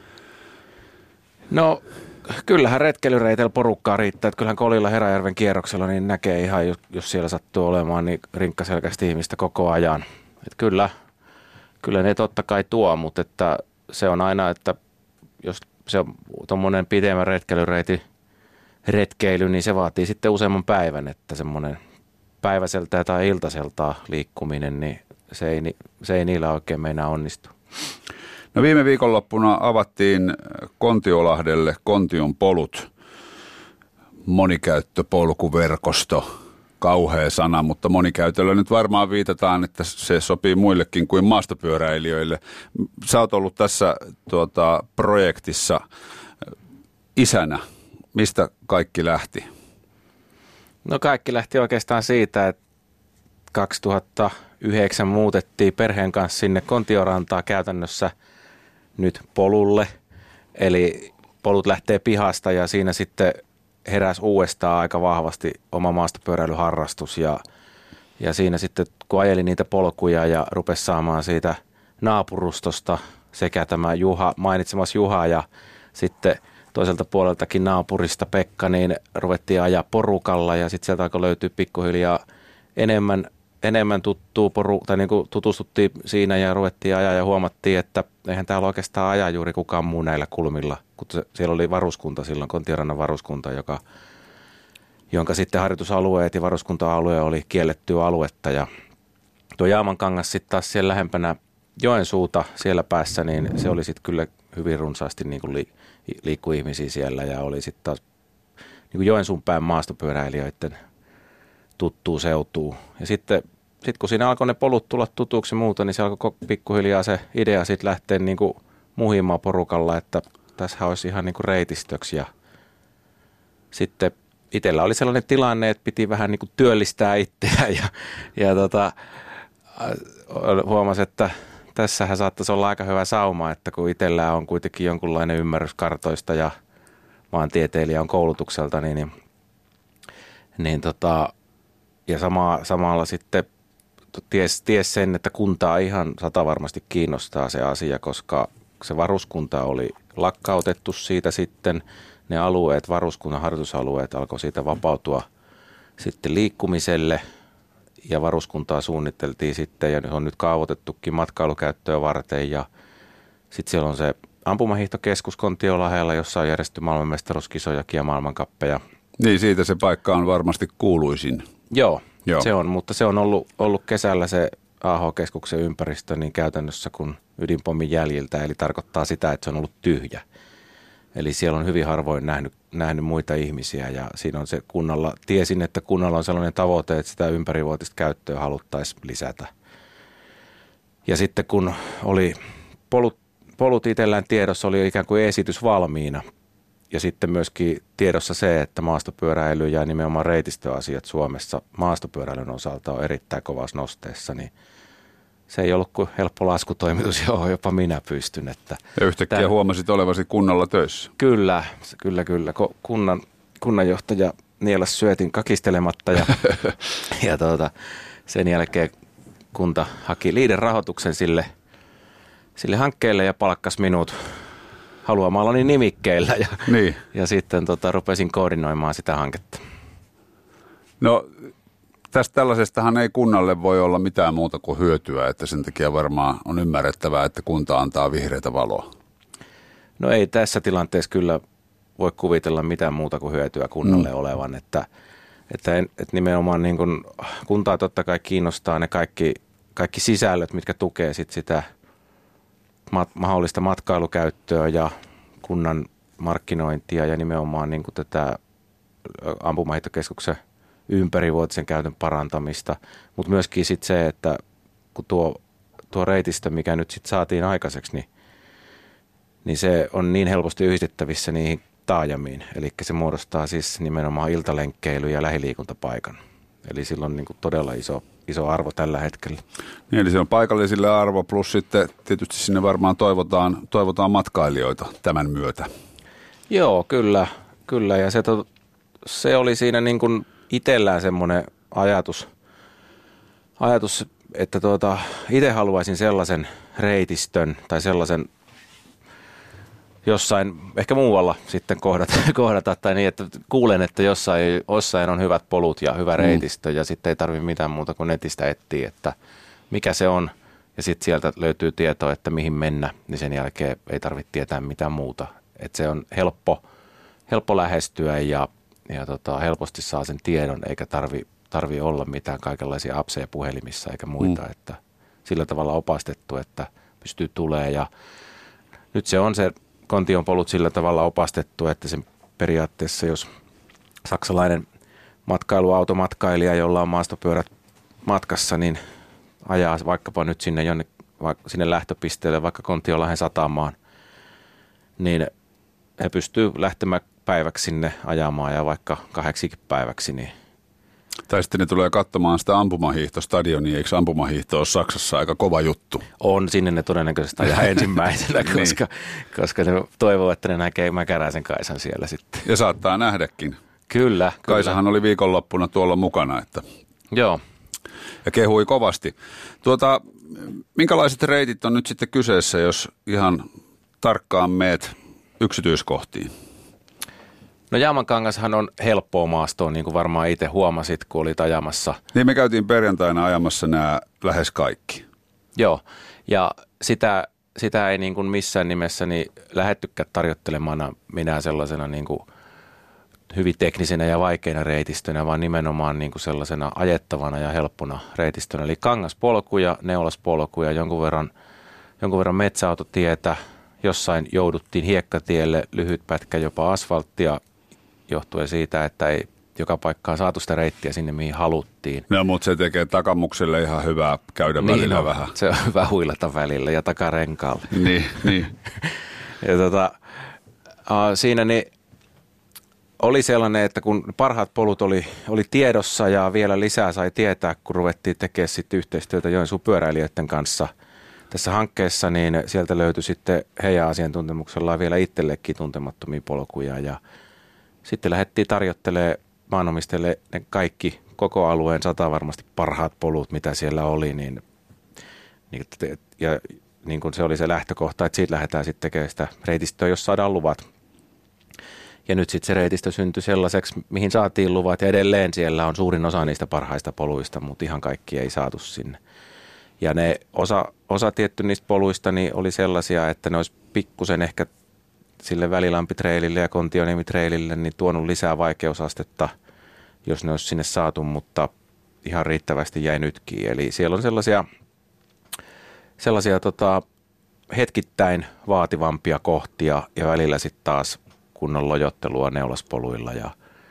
No kyllähän retkeilyreiteillä porukkaa riittää, että kyllähän Kolilla Heräjärven kierroksella niin näkee ihan, jos siellä sattuu olemaan, niin rinkkaselkästi ihmistä koko ajan. Että kyllä, kyllä ne totta kai tuo, mutta että se on aina, että jos se on tuommoinen pidemmän retkeilyreiti retkeily, niin se vaatii sitten useamman päivän, että semmoinen päiväseltä tai iltaselta liikkuminen, niin se ei, se ei niillä oikein meinaa onnistu. No viime viikonloppuna avattiin Kontiolahdelle Kontion polut, monikäyttöpolkuverkosto. Kauhea sana, mutta monikäytöllä nyt varmaan viitataan, että se sopii muillekin kuin maastopyöräilijöille. Sä oot ollut tässä tuota, projektissa isänä. Mistä kaikki lähti? No kaikki lähti oikeastaan siitä, että kaksituhattayhdeksän muutettiin perheen kanssa sinne Kontiorantaa käytännössä nyt polulle. Eli polut lähtee pihasta ja siinä sitten heräsi uudestaan aika vahvasti oma maastopyöräilyharrastus ja, ja siinä sitten kun ajeli niitä polkuja ja rupesi saamaan siitä naapurustosta sekä tämä Juha, mainitsemas Juha ja sitten toiselta puoleltakin naapurista Pekka, niin ruvettiin ajaa porukalla ja sitten sieltä alkoi löytyä pikkuhiljaa enemmän, enemmän tuttuu poru, tai niin kuin tutustuttiin siinä ja ruvettiin ajaa ja huomattiin, että eihän täällä oikeastaan aja juuri kukaan muu näillä kulmilla, kun se, siellä oli varuskunta silloin, Kontiorannan varuskunta, joka, jonka sitten harjoitusalueet ja varuskunta-alue oli kiellettyä aluetta ja tuo Jaamankangas sitten taas siellä lähempänä Joensuuta siellä päässä, niin se oli sitten kyllä hyvin runsaasti niin kuin li, liikkui ihmisiä siellä ja oli sitten taas niin kuin Joensuun päin maastopyöräilijöiden tuttuu seutuu. Ja sitten sit kun siinä alkoi ne polut tulla tutuksi ja muuta, niin se alkoi pikkuhiljaa se idea sitten lähteä niin kuin muhimaan porukalla, että tässä olisi ihan niin kuin reitistöksi. Ja sitten itsellä oli sellainen tilanne, että piti vähän niin kuin työllistää itseä ja, ja tota, huomasi, että tässähän saattaisi olla aika hyvä sauma, että kun itsellä on kuitenkin jonkunlainen ymmärrys kartoista ja maantieteilijä on koulutukselta, niin, niin, niin tota, ja sama, samalla sitten ties, ties sen, että kuntaa ihan satavarmasti kiinnostaa se asia, koska se varuskunta oli lakkautettu siitä sitten, ne alueet, varuskunnan harjoitusalueet alkoi siitä vapautua sitten liikkumiselle ja varuskuntaa suunniteltiin sitten ja on nyt kaavoitettukin matkailukäyttöä varten ja sitten siellä on se ampumahiihtokeskus Kontiolahella, jossa on järjestetty maailmanmestaruuskisojakin ja maailmankappeja. Niin, siitä se paikka on varmasti kuuluisin. Joo, Joo. se on, mutta se on ollut, ollut kesällä se A H-keskuksen ympäristö niin käytännössä kuin ydinpommin jäljiltä, eli tarkoittaa sitä, että se on ollut tyhjä. Eli siellä on hyvin harvoin nähnyt, nähnyt muita ihmisiä ja siinä on se kunnalla, tiesin, että kunnalla on sellainen tavoite, että sitä ympärivuotista käyttöä haluttaisiin lisätä. Ja sitten kun oli polut, polut itsellään tiedossa, oli ikään kuin esitys valmiina ja sitten myöskin tiedossa se, että maastopyöräily ja nimenomaan reitistöasiat Suomessa maastopyöräilyn osalta on erittäin kovassa nosteessa, niin se ei ollut kuin helppo laskutoimitus, johon jopa minä pystyn. Että ja yhtäkkiä tämän, huomasit olevasi kunnalla töissä. Kyllä, kyllä, kyllä. Kunnan, kunnanjohtaja nielas syötin kakistelematta ja, ja tuota, sen jälkeen kunta haki liiderahoituksen sille, sille hankkeelle ja palkkasi minut haluamallani nimikkeillä ja, niin. ja sitten tota, rupesin koordinoimaan sitä hanketta. No tästä tällaisestahan ei kunnalle voi olla mitään muuta kuin hyötyä, että sen takia varmaan on ymmärrettävää, että kunta antaa vihreätä valoa. No ei tässä tilanteessa kyllä voi kuvitella mitään muuta kuin hyötyä kunnalle mm. olevan, että, että, en, että nimenomaan niin kuin kuntaa totta kai kiinnostaa ne kaikki, kaikki sisällöt, mitkä tukee sit sitä mat, mahdollista matkailukäyttöä ja kunnan markkinointia ja nimenomaan niin kuin tätä ampumahiihtokeskuksen ympärivuotisen käytön parantamista, mutta myöskin sit se, että kun tuo, tuo reitistö, mikä nyt sitten saatiin aikaiseksi, niin, niin se on niin helposti yhdistettävissä niihin taajamiin. Eli se muodostaa siis nimenomaan iltalenkkeily- ja lähiliikuntapaikan. Eli sillä on niin kuin todella iso, iso arvo tällä hetkellä. Niin, eli se on paikallisille arvo, plus sitten tietysti sinne varmaan toivotaan, toivotaan matkailijoita tämän myötä. Joo, kyllä. kyllä. Ja se, to, se oli siinä niin kuin itsellään semmoinen ajatus, ajatus että tuota, itse haluaisin sellaisen reitistön tai sellaisen jossain, ehkä muualla sitten kohdata, kohdata tai niin, että kuulen, että jossain, jossain on hyvät polut ja hyvä reitistö mm. ja sitten ei tarvitse mitään muuta kuin netistä etsiä, että mikä se on ja sitten sieltä löytyy tietoa, että mihin mennä, niin sen jälkeen ei tarvitse tietää mitään muuta. Että se on helppo, helppo lähestyä ja, ja tota, helposti saa sen tiedon, eikä tarvi, tarvi olla mitään kaikenlaisia appseja puhelimissa eikä muita, mm. että sillä tavalla opastettu, että pystyy tulee ja nyt se on se Kontion polut sillä tavalla opastettu, että se periaatteessa, jos saksalainen matkailuautomatkailija, jolla on maastopyörät matkassa, niin ajaa vaikkapa nyt sinne, jonne, sinne lähtöpisteelle, vaikka Kontiolahden satamaan, niin he pystyy lähtemään päiväksi sinne ajamaan ja vaikka kahdeksikin päiväksi. Niin. Tai sitten ne tulee katsomaan sitä ampumahiihtostadionia, eikö ampumahiihto ole Saksassa aika kova juttu? On, sinne ne todennäköisesti ajaa ensimmäisenä, koska, niin. koska ne toivoo, että ne näkee Mäkäräisen Kaisan siellä sitten. Ja saattaa nähdäkin. Kyllä. Kaisahan kyllä. oli viikonloppuna tuolla mukana. Että. Joo. Ja kehui kovasti. Tuota, minkälaiset reitit on nyt sitten kyseessä, jos ihan tarkkaan meet yksityiskohtiin? No Jaamankangashan on helppoa maastoa, niin kuin varmaan itse huomasit, kun olit ajamassa. Niin me käytiin perjantaina ajamassa nämä lähes kaikki. Joo, ja sitä, sitä ei niin kuin missään nimessä niin lähettykään tarjottelemaan minä sellaisena niin kuin hyvin teknisenä ja vaikeina reitistönä, vaan nimenomaan niin kuin sellaisena ajettavana ja helppona reitistönä. Eli kangaspolkuja, neulaspolkuja, jonkun verran, jonkun verran metsäautotietä, jossain jouduttiin hiekkatielle, lyhyt pätkä jopa asfalttia, johtuen siitä, että ei joka paikkaan saatu sitä reittiä sinne, mihin haluttiin. No, mutta se tekee takamukselle ihan hyvää käydä niin välillä on, vähän. Se on hyvä huilata välillä ja takarenkaalle. Niin, niin. ja tota, uh, siinä niin oli sellainen, että kun parhaat polut oli, oli tiedossa ja vielä lisää sai tietää, kun ruvettiin tekemään sitten yhteistyötä Joensuun pyöräilijöiden kanssa tässä hankkeessa, niin sieltä löytyi sitten heidän asiantuntemuksellaan vielä itsellekin tuntemattomia polkuja ja sitten lähdettiin tarjottelemaan maanomistajille ne kaikki koko alueen sata varmasti parhaat polut, mitä siellä oli, niin, niin, ja niin kuin se oli se lähtökohta, että siitä lähdetään sitten tekemään sitä reitistöä, jos saadaan luvat. Ja nyt sitten se reitistö syntyi sellaiseksi, mihin saatiin luvat ja edelleen siellä on suurin osa niistä parhaista poluista, mutta ihan kaikki ei saatu sinne. Ja ne osa, osa tietty niistä poluista niin oli sellaisia, että ne olisi pikkusen ehkä sille Välilampitreilille ja Kontioniemi-treilille niin tuonut lisää vaikeusastetta, jos ne olisi sinne saatu, mutta ihan riittävästi jäi nytkin. Eli siellä on sellaisia, sellaisia tota, hetkittäin vaativampia kohtia ja välillä sitten taas kunnon lojottelua neulaspoluilla. Ja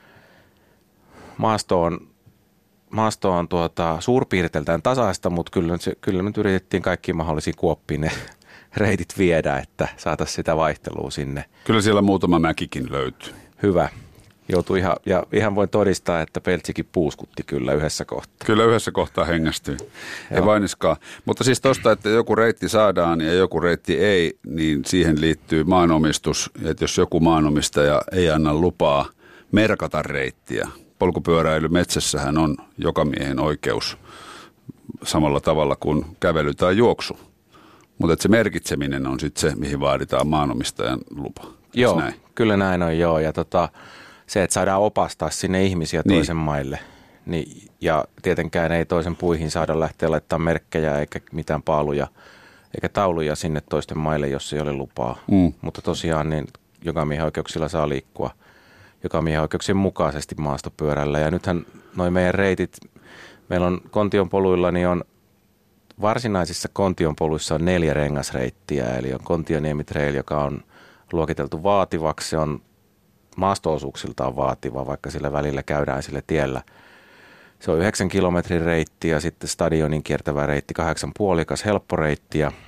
maasto on, maasto on tuota, suurpiirteiltään tasaista, mutta kyllä, kyllä me yritettiin kaikkiin mahdollisiin kuoppiin ne reitit viedä, että saataisiin sitä vaihtelua sinne. Kyllä siellä muutama mäkikin löytyy. Hyvä. Joutui ihan, ja ihan voin todistaa, että Peltsikin puuskutti kyllä yhdessä kohtaa. Kyllä yhdessä kohtaa hengästyy. Ei vainiskaan. Mutta siis tosta, että joku reitti saadaan ja joku reitti ei, niin siihen liittyy maanomistus. Että jos joku maanomistaja ei anna lupaa merkata reittiä, polkupyöräily metsässähän on jokamiehen oikeus samalla tavalla kuin kävely tai juoksu. Mutta se merkitseminen on sitten se, mihin vaaditaan maanomistajan lupa. Joo, näin? Kyllä näin on joo. Ja tota, se, että saadaan opastaa sinne ihmisiä niin. toisen maille. Niin, ja tietenkään ei toisen puihin saada lähteä laittaa merkkejä eikä mitään paaluja eikä tauluja sinne toisten maille, jos ei ole lupaa. Mm. Mutta tosiaan niin jokamiehenoikeuksilla saa liikkua jokamiehenoikeuksien mukaisesti maastopyörällä. Ja nythän noi meidän reitit, meillä on Kontionpoluilla, niin on varsinaisissa Kontionpoluissa on neljä rengasreittiä. Eli on Kontioniemi Trail, joka on luokiteltu vaativaksi. Se on maasto-osuuksiltaan vaativa, vaikka sillä välillä käydään sillä tiellä. Se on yhdeksän kilometrin reitti ja sitten stadionin kiertävä reitti, kahdeksan puolikas, helppo reitti. Ja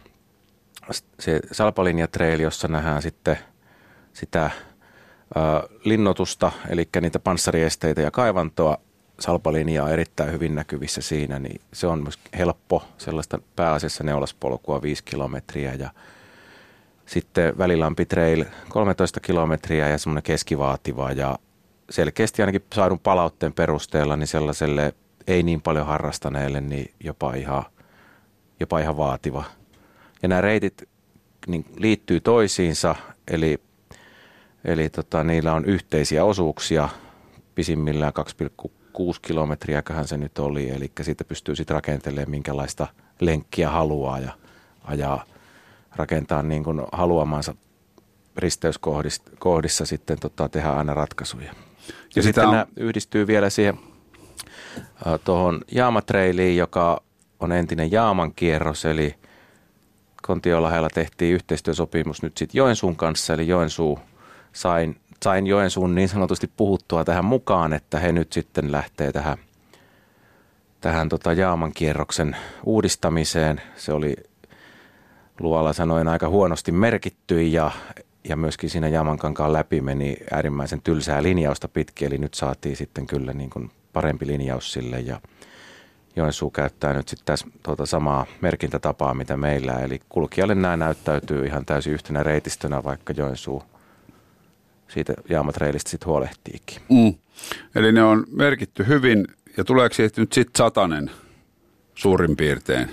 se Salpalinja Trail, jossa nähdään sitten sitä ä, linnoitusta, eli niitä panssariesteitä ja kaivantoa. Salpalinja on erittäin hyvin näkyvissä siinä, niin se on myös helppo, sellaista pääasiassa neulaspolkua viisi kilometriä. Ja sitten Välilampi Trail kolmetoista kilometriä ja semmoinen keskivaativa ja selkeästi ainakin saadun palautteen perusteella niin sellaiselle ei niin paljon harrastaneelle niin jopa ihan, jopa ihan vaativa. Ja nämä reitit niin liittyy toisiinsa, eli, eli tota, niillä on yhteisiä osuuksia, pisimmillään kaksi pilkku kuusi kilometriäköhän se nyt oli, eli siitä pystyy sitten rakentelemaan minkälaista lenkkiä haluaa ja ajaa, rakentaa niin kuin haluamansa risteyskohdissa sitten tota, tehdä aina ratkaisuja. Ja, ja sitten on... nämä yhdistyy vielä siihen äh, tuohon Jaamatrailiin, joka on entinen Jaaman kierros, eli Kontiolahella tehtiin yhteistyösopimus nyt sitten Joensuun kanssa, eli Joensuu sain, sain Joensuun niin sanotusti puhuttua tähän mukaan, että he nyt sitten lähtee tähän, tähän tota Jaaman kierroksen uudistamiseen. Se oli luolla sanoen aika huonosti merkitty ja Ja myöskin siinä Jaamankankaan läpi meni äärimmäisen tylsää linjausta pitkin, eli nyt saatiin sitten kyllä niin kuin parempi linjaus sille. Ja Joensuu käyttää nyt sitten tässä tuota samaa merkintätapaa, mitä meillä. Eli kulkijalle nämä näyttäytyy ihan täysin yhtenä reitistönä, vaikka Joensuu siitä Jaamatrailista sitten huolehtiikin. Mm. Eli ne on merkitty hyvin, ja tuleeko siitä nyt sitten satanen suurin piirtein?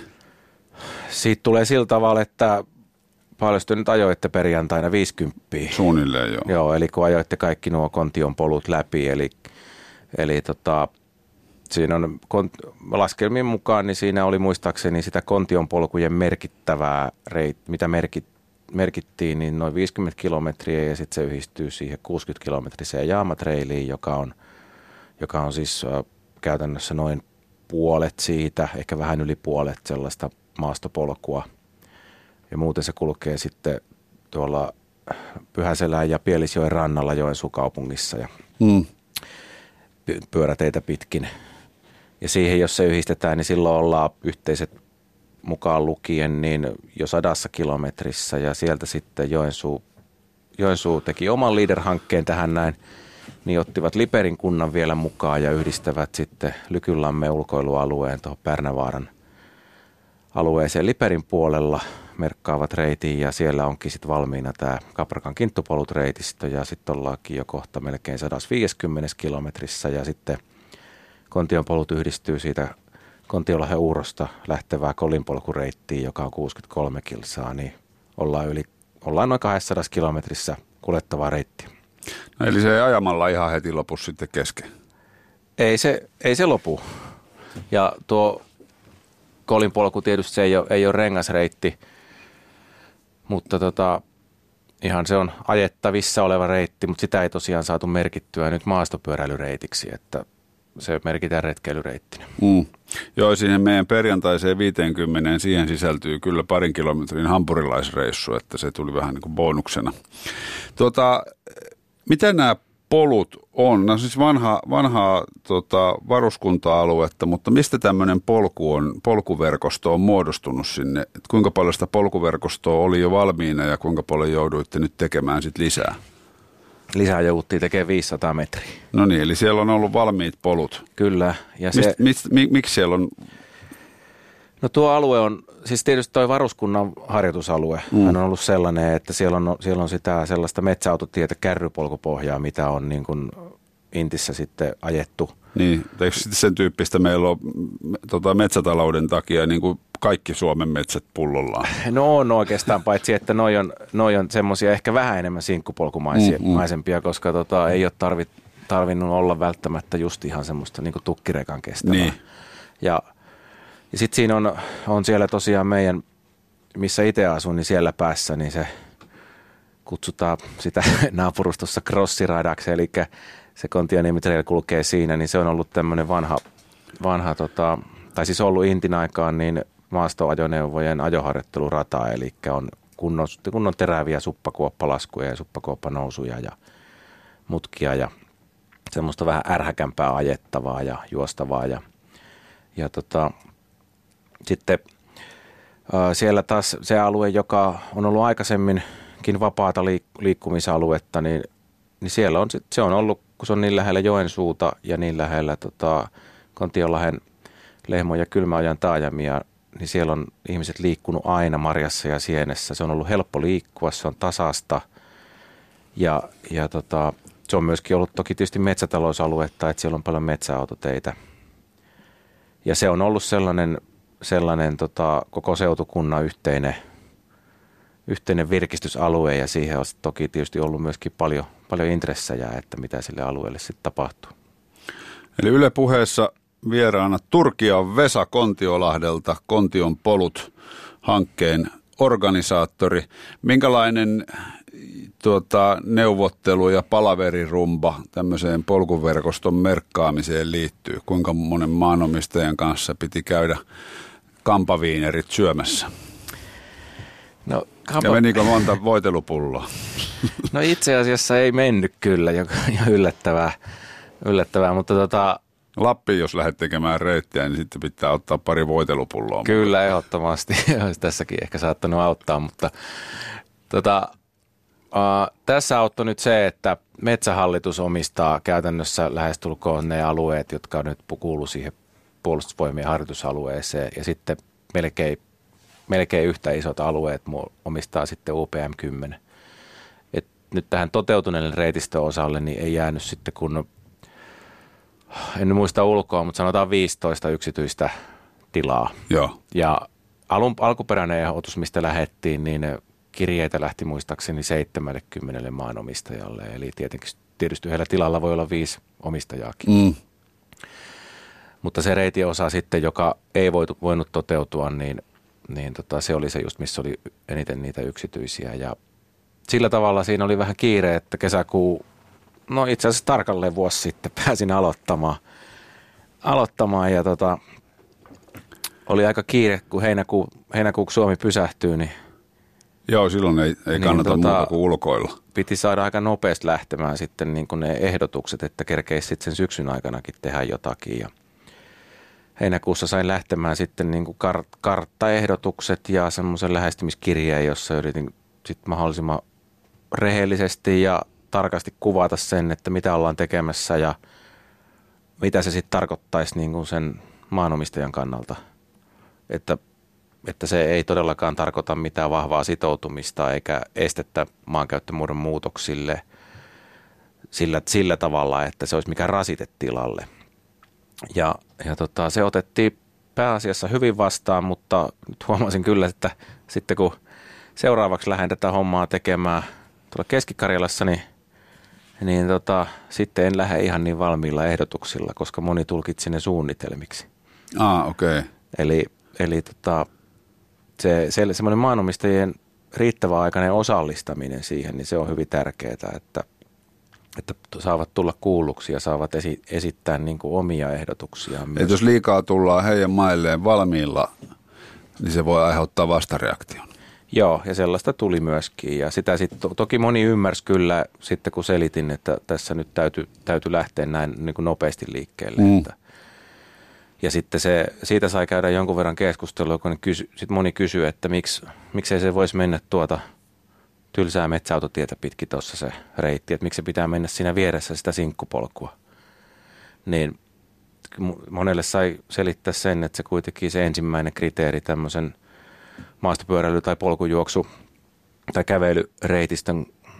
Siitä tulee sillä tavalla, että paljon te nyt ajoitte perjantaina viisikymppiä. Suunnilleen, joo. Joo, eli kun ajoitte kaikki nuo Kontion polut läpi, eli, eli tota, siinä on laskelmien mukaan, niin siinä oli muistaakseni sitä Kontion polkujen merkittävää reit, mitä merkit, merkittiin, niin noin viisikymmentä kilometriä ja sitten se yhdistyy siihen kuusikymmentä kilometriseen Jaamatrailiin, joka on, joka on siis äh, käytännössä noin puolet siitä, ehkä vähän yli puolet sellaista maastopolkua. Ja muuten se kulkee sitten tuolla Pyhäselän ja Pielisjoen rannalla Joensuun kaupungissa ja mm. pyöräteitä pitkin. Ja siihen, jos se yhdistetään, niin silloin ollaan yhteiset mukaan lukien niin jo sadassa kilometrissä. Ja sieltä sitten Joensuu, Joensuu teki oman Leader-hankkeen tähän näin, niin ottivat Liperin kunnan vielä mukaan ja yhdistävät sitten Lykynlammen ulkoilualueen tuohon Pärnävaaran alueeseen Liperin puolella, merkkaavat reitin ja siellä onkin sitten valmiina tämä Kaprakan Kinttupolut reitistö ja sitten ollaankin jo kohta melkein sata viisikymmentä kilometrissä ja sitten Kontion polut yhdistyy siitä Kontiolahden Uurosta lähtevää Kolinpolkureittiin, joka on kuusikymmentäkolme kilsaa, niin ollaan, yli, ollaan noin kaksisataa kilometrissä kuljettavaa reittiä. No eli se ei ajamalla ihan heti lopu sitten kesken? Ei se, ei se lopu. Ja tuo Kolinpolku tietysti se ei ole, ei ole rengasreitti, mutta tota, ihan se on ajettavissa oleva reitti, mutta sitä ei tosiaan saatu merkittyä nyt maastopyöräilyreitiksi, että se merkitään retkeilyreittinä. Mm. Joo, siihen meidän perjantaiseen viiteenkymmeneen siihen sisältyy kyllä parin kilometrin hampurilaisreissu, että se tuli vähän niin kuin bonuksena. Tuota, mitä nämä polut on? No siis vanha, vanhaa tota, varuskunta-aluetta, mutta mistä tämmöinen polku on, polkuverkosto on muodostunut sinne? Et kuinka paljon sitä polkuverkostoa oli jo valmiina ja kuinka paljon jouduitte nyt tekemään sit lisää? Lisää jouduttiin tekemään viisisataa metriä. No niin, eli siellä on ollut valmiit polut. Kyllä. Ja mist, se, mist, mik, miksi siellä on? No tuo alue on, siis tietysti tuo varuskunnan harjoitusalue mm. on ollut sellainen, että siellä on, siellä on sitä sellaista metsäautotietä kärrypolkupohjaa, mitä on niin kuin Intissä sitten ajettu Niin, eikö sitten sen tyyppistä meillä on tota, metsätalouden takia niin kuin kaikki Suomen metsät pullollaan? No on oikeastaan, paitsi että noi on, noi on semmoisia ehkä vähän enemmän sinkkupolkumaisempia, mm, mm. koska tota, ei ole tarvit, tarvinnut olla välttämättä just ihan semmoista niin kuin tukkirekan kestävää. Niin. Ja, ja sitten siinä on, on siellä tosiaan meidän, missä itse asun, niin siellä päässä, niin se kutsutaan sitä naapurustossa crossiradaksi, eli se Kontioniemi-trail kulkee siinä, niin se on ollut tämmöinen vanha, vanha tota, tai siis ollut Intin aikaan niin maastoajoneuvojen ajoharjoittelurata, eli on kunnon, kunnon teräviä suppakuoppalaskuja ja suppakuoppanousuja ja mutkia ja semmoista vähän ärhäkämpää ajettavaa ja juostavaa. Ja, ja tota, sitten ää, siellä taas se alue, joka on ollut aikaisemminkin vapaata liik- liikkumisaluetta, niin, niin siellä on, se on ollut, kun se on niin lähellä Joensuuta ja niin lähellä tota, Kontiolahden Lehmo- ja Kylmäojan taajamia, niin siellä on ihmiset liikkunut aina marjassa ja sienessä. Se on ollut helppo liikkua, se on tasasta ja, ja tota, se on myöskin ollut toki tietysti metsätalousaluetta, että siellä on paljon metsäautoteitä. Ja se on ollut sellainen, sellainen tota, koko seutukunnan yhteinen, yhteinen virkistysalue ja siihen on toki tietysti ollut myöskin paljon, paljon intressejä, että mitä sille alueelle sitten tapahtuu. Eli Yle Puheessa vieraana Turkian Vesa Kontiolahdelta, Kontion polut -hankkeen organisaattori. Minkälainen tuota, neuvottelu ja palaverirumba tämmöiseen polkuverkoston merkkaamiseen liittyy? Kuinka monen maanomistajan kanssa piti käydä kampaviinerit syömässä? No, kampa... Ja menikö monta voitelupulloa? No itse asiassa ei mennyt kyllä, joka on yllättävää, yllättävää mutta tota... Lappiin, jos lähdet tekemään reittiä, niin sitten pitää ottaa pari voitelupulloa. Kyllä, ehdottomasti. Olisi tässäkin ehkä saattanut auttaa, mutta tota, uh, tässä auttoi nyt se, että Metsähallitus omistaa käytännössä lähestulkoon ne alueet, jotka nyt kuuluu siihen puolustusvoimien harjoitusalueeseen ja sitten melkein, melkein yhtä isot alueet omistaa sitten U P M kymmenen. Et nyt tähän toteutuneelle reitistöosalle niin ei jäänyt sitten kun en muista ulkoa, mutta sanotaan viisitoista yksityistä tilaa. Joo. Ja alun, alkuperäinen ehdotus, mistä lähdettiin, niin kirjeitä lähti muistaakseni seitsemänkymmentä maanomistajalle. Eli tietenkin, tietysti yhdellä tilalla voi olla viisi omistajaakin. Mm. Mutta se reitiosa sitten, joka ei voitu, voinut toteutua, niin, niin tota, se oli se just, missä oli eniten niitä yksityisiä. Ja sillä tavalla siinä oli vähän kiire, että kesäkuu No itse asiassa tarkalleen vuosi sitten pääsin aloittamaan, aloittamaan ja tota, oli aika kiire, kun heinäkuu, heinäkuuksi Suomi pysähtyy, niin joo, silloin ei, ei kannata niin, tota, muuta kuin ulkoilla. Piti saada aika nopeasti lähtemään sitten niin kuin ne ehdotukset, että kerkeisi sitten sen syksyn aikanakin tehdä jotakin. Ja heinäkuussa sain lähtemään sitten niin kuin kart, karttaehdotukset ja semmoisen lähestymiskirjeen, jossa yritin sitten mahdollisimman rehellisesti ja tarkasti kuvata sen, että mitä ollaan tekemässä ja mitä se sitten tarkoittaisi niin kuin sen maanomistajan kannalta. Että, että se ei todellakaan tarkoita mitään vahvaa sitoutumista eikä estettä maankäyttömuodon muutoksille sillä, sillä tavalla, että se olisi mikään rasite tilalle. Ja, ja tota, se otettiin pääasiassa hyvin vastaan, mutta nyt huomasin kyllä, että sitten kun seuraavaksi lähden tätä hommaa tekemään tuolla Keski-Karjalassa, niin niin tota, sitten en lähde ihan niin valmiilla ehdotuksilla, koska moni tulkitsi ne suunnitelmiksi. Ah, okei. Okay. Eli, eli tota, se, se semmoinen maanomistajien riittävä aikainen osallistaminen siihen, niin se on hyvin tärkeää, että, että saavat tulla kuulluksi ja saavat esi, esittää niin kuin omia ehdotuksiaan. Että jos liikaa tullaan heidän mailleen valmiilla, niin se voi aiheuttaa vastareaktion. Joo, ja sellaista tuli myöskin. Ja sitä sitten to, toki moni ymmärsi kyllä sitten, kun selitin, että tässä nyt täytyy, täytyy lähteä näin niin kuin nopeasti liikkeelle. Mm. Että. Ja sitten se, siitä sai käydä jonkun verran keskustelua, kun kysy, sit moni kysyy, että miksi, miksei se voisi mennä tuota tylsää metsäautotietä pitkin tuossa se reitti, että miksi se pitää mennä siinä vieressä sitä sinkkupolkua. Niin monelle sai selittää sen, että se kuitenkin se ensimmäinen kriteeri tämmöisen maastopyöräily- tai polkujuoksu- tai kävelyreitistön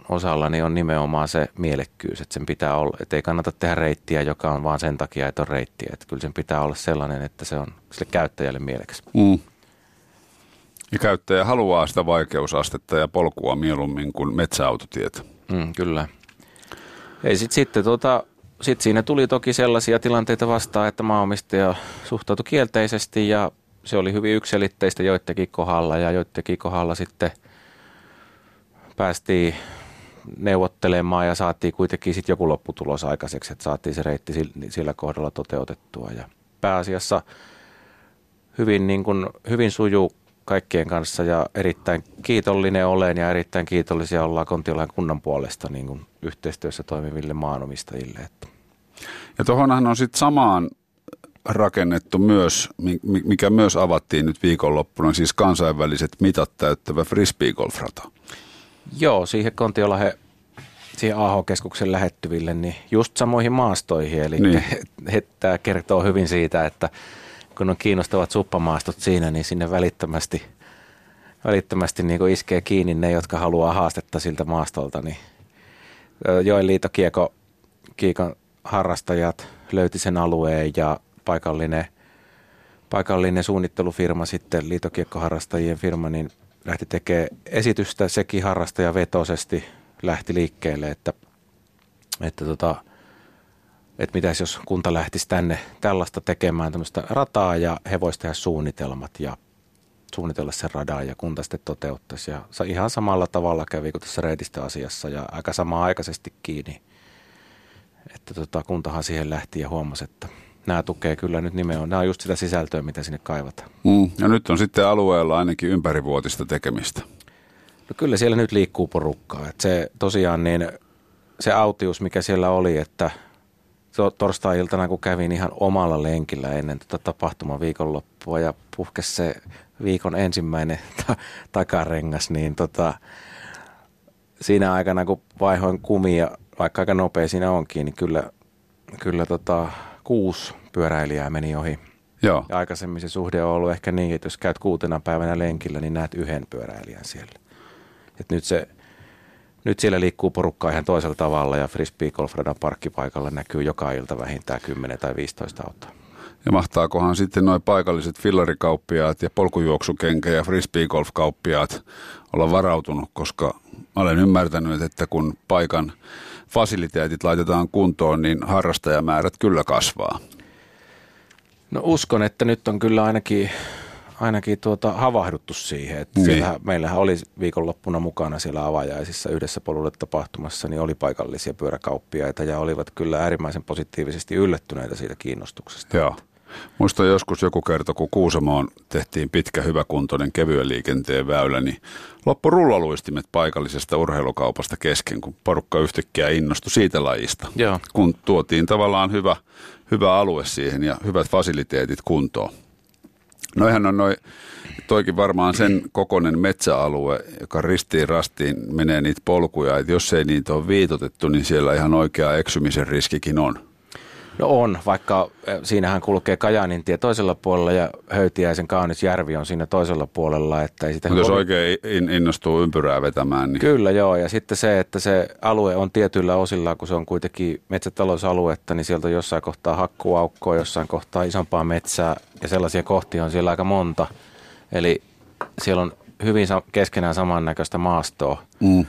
osalla niin on nimenomaan se mielekkyys, että sen pitää olla, että ei kannata tehdä reittiä, joka on vaan sen takia, että on reittiä. Että kyllä sen pitää olla sellainen, että se on sille käyttäjälle mielekäs. Mm. Ja käyttäjä haluaa sitä vaikeusastetta ja polkua mieluummin kuin metsäautotietä. Mm, kyllä. Ei sit, sitten tuota, sit siinä tuli toki sellaisia tilanteita vastaan, että maanomistaja suhtautui kielteisesti ja se oli hyvin yksiselitteistä joidenkin kohdalla ja joidenkin kohdalla sitten päästiin neuvottelemaan ja saatiin kuitenkin sitten joku lopputulos aikaiseksi, että saatiin se reitti sillä kohdalla toteutettua. Ja pääasiassa hyvin, niin kuin, hyvin sujuu kaikkien kanssa ja erittäin kiitollinen olen ja erittäin kiitollisia ollaan Kontiolahden kunnan puolesta niin kuin yhteistyössä toimiville maanomistajille. Ja tuohonhan on sitten samaan rakennettu myös, mikä myös avattiin nyt viikonloppuna, siis kansainväliset mitat täyttävä frisbeegolfrata. Joo, siihen Kontiolahden, siihen A H-keskuksen lähettyville, niin just samoihin maastoihin. Eli niin. Tämä kertoo hyvin siitä, että kun on kiinnostavat suppamaastot siinä, niin sinne välittömästi, välittömästi niin kuin iskee kiinni ne, jotka haluaa haastetta siltä maastolta. Niin Joen liitokiekon kiekon harrastajat löyti sen alueen ja paikallinen, paikallinen suunnittelufirma, sitten liitokiekkoharrastajien firma, niin lähti tekemään esitystä, sekin harrastajavetoisesti lähti liikkeelle, että, että, tota, että mitäs jos kunta lähtisi tänne tällaista tekemään tämmöistä rataa ja he voisivat tehdä suunnitelmat ja suunnitella sen radan ja kunta sitten toteuttaisi. Ja ihan samalla tavalla kävi kuin tässä reitistöasiassa ja aika samaan-aikaisesti kiinni, että tota, kuntahan siihen lähti ja huomasi, että nämä tukee kyllä nyt nimenomaan. Nämä on just sitä sisältöä, mitä sinne kaivataan. Mm, ja nyt on sitten alueella ainakin ympärivuotista tekemistä. No kyllä siellä nyt liikkuu porukkaa. Että se tosiaan niin se autius, mikä siellä oli, että torstai-iltana kun kävin ihan omalla lenkillä ennen tuota tapahtuman viikonloppua ja puhkesi se viikon ensimmäinen ta- takarengas, niin tota, siinä aikana kun vaihoin kumia, vaikka aika nopea siinä onkin, niin kyllä, kyllä tota, kuusi pyöräilijää meni ohi. Joo. Ja aikaisemmin se suhde on ollut ehkä niin, että jos käyt kuutena päivänä lenkillä, niin näet yhden pyöräilijän siellä. Et nyt, se, nyt siellä liikkuu porukkaa ihan toisella tavalla ja frisbeegolfradan parkkipaikalla näkyy joka ilta vähintään kymmenen tai viisitoista autoa. Ja mahtaakohan sitten nuo paikalliset fillarikauppiaat ja polkujuoksukenkä- ja frisbeegolf-kauppiaat olla varautunut, koska olen ymmärtänyt, että kun paikan fasiliteetit laitetaan kuntoon, niin harrastajamäärät kyllä kasvaa. No uskon, että nyt on kyllä ainakin, ainakin tuota havahduttu siihen. Että niin. siellä, meillähän oli viikonloppuna mukana siellä avajaisissa yhdessä polulle tapahtumassa, niin oli paikallisia pyöräkauppiaita ja olivat kyllä äärimmäisen positiivisesti yllättyneitä siitä kiinnostuksesta. Joo. Muistan joskus joku kerta, kun Kuusamoon tehtiin pitkä, hyväkuntoinen kevyen liikenteen väylä, niin loppu rullaluistimet paikallisesta urheilukaupasta kesken, kun porukka yhtäkkiä innostui siitä lajista. Joo. Kun tuotiin tavallaan hyvä, hyvä alue siihen ja hyvät fasiliteetit kuntoon. Noihän on noi, toikin varmaan sen kokoinen metsäalue, joka ristiin rastiin menee niitä polkuja, että jos ei niitä ole viitotettu, niin siellä ihan oikea eksymisen riskikin on. No on, vaikka siinähän kulkee Kajaanin tie toisella puolella ja Höytiäisen Kaunisjärvi on siinä toisella puolella. Että ei sitä Mutta jos kovin... oikein innostuu ympyrää vetämään, niin... Kyllä joo, ja sitten se, että se alue on tietyillä osilla, kun se on kuitenkin metsätalousaluetta, niin sieltä on jossain kohtaa hakkuaukkoa, jossain kohtaa isompaa metsää ja sellaisia kohtia on siellä aika monta. Eli siellä on hyvin keskenään samannäköistä maastoa. Mm.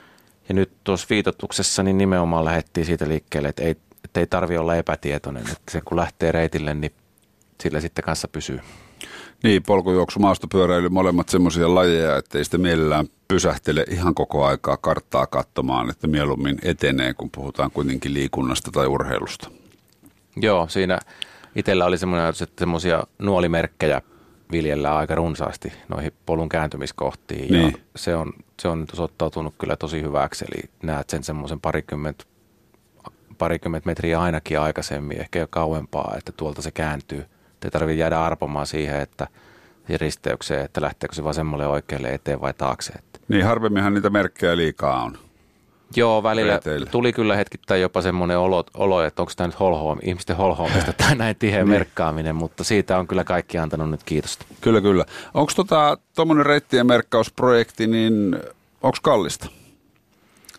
Ja nyt tuossa viitotuksessa niin nimenomaan lähdettiin siitä liikkeelle, että ei Että ei tarvitse olla epätietoinen, että se kun lähtee reitille, niin sillä sitten kanssa pysyy. Niin, polkujuoksu, maastopyöräily, molemmat semmoisia lajeja, että ei sitä mielellään pysähtele ihan koko aikaa karttaa katsomaan, että mieluummin etenee, kun puhutaan kuitenkin liikunnasta tai urheilusta. Joo, siinä itsellä oli semmoinen ajatus, että semmoisia nuolimerkkejä viljellään aika runsaasti noihin polun kääntymiskohtiin. Niin. Ja se on, se on osoittautunut kyllä tosi hyväksi, eli näet sen semmoisen parikymmentä parikymmentä metriä ainakin aikaisemmin, ehkä jo kauempaa, että tuolta se kääntyy. Ei tarvitse jäädä arpomaan siihen, että risteykseen, että lähteekö se vasemmalle oikealle eteen vai taakse. Niin, harvemminhan niitä merkkejä liikaa on. Joo, välillä reiteille. Tuli kyllä hetkittäin jopa semmoinen olo, olo että onko tämä nyt holhoom, ihmisten holhoomista tai näin tiheä niin. merkkaaminen, mutta siitä on kyllä kaikki antanut nyt kiitosta. Kyllä, kyllä. Onko tuommoinen tota, reittien merkkausprojekti, niin onko kallista?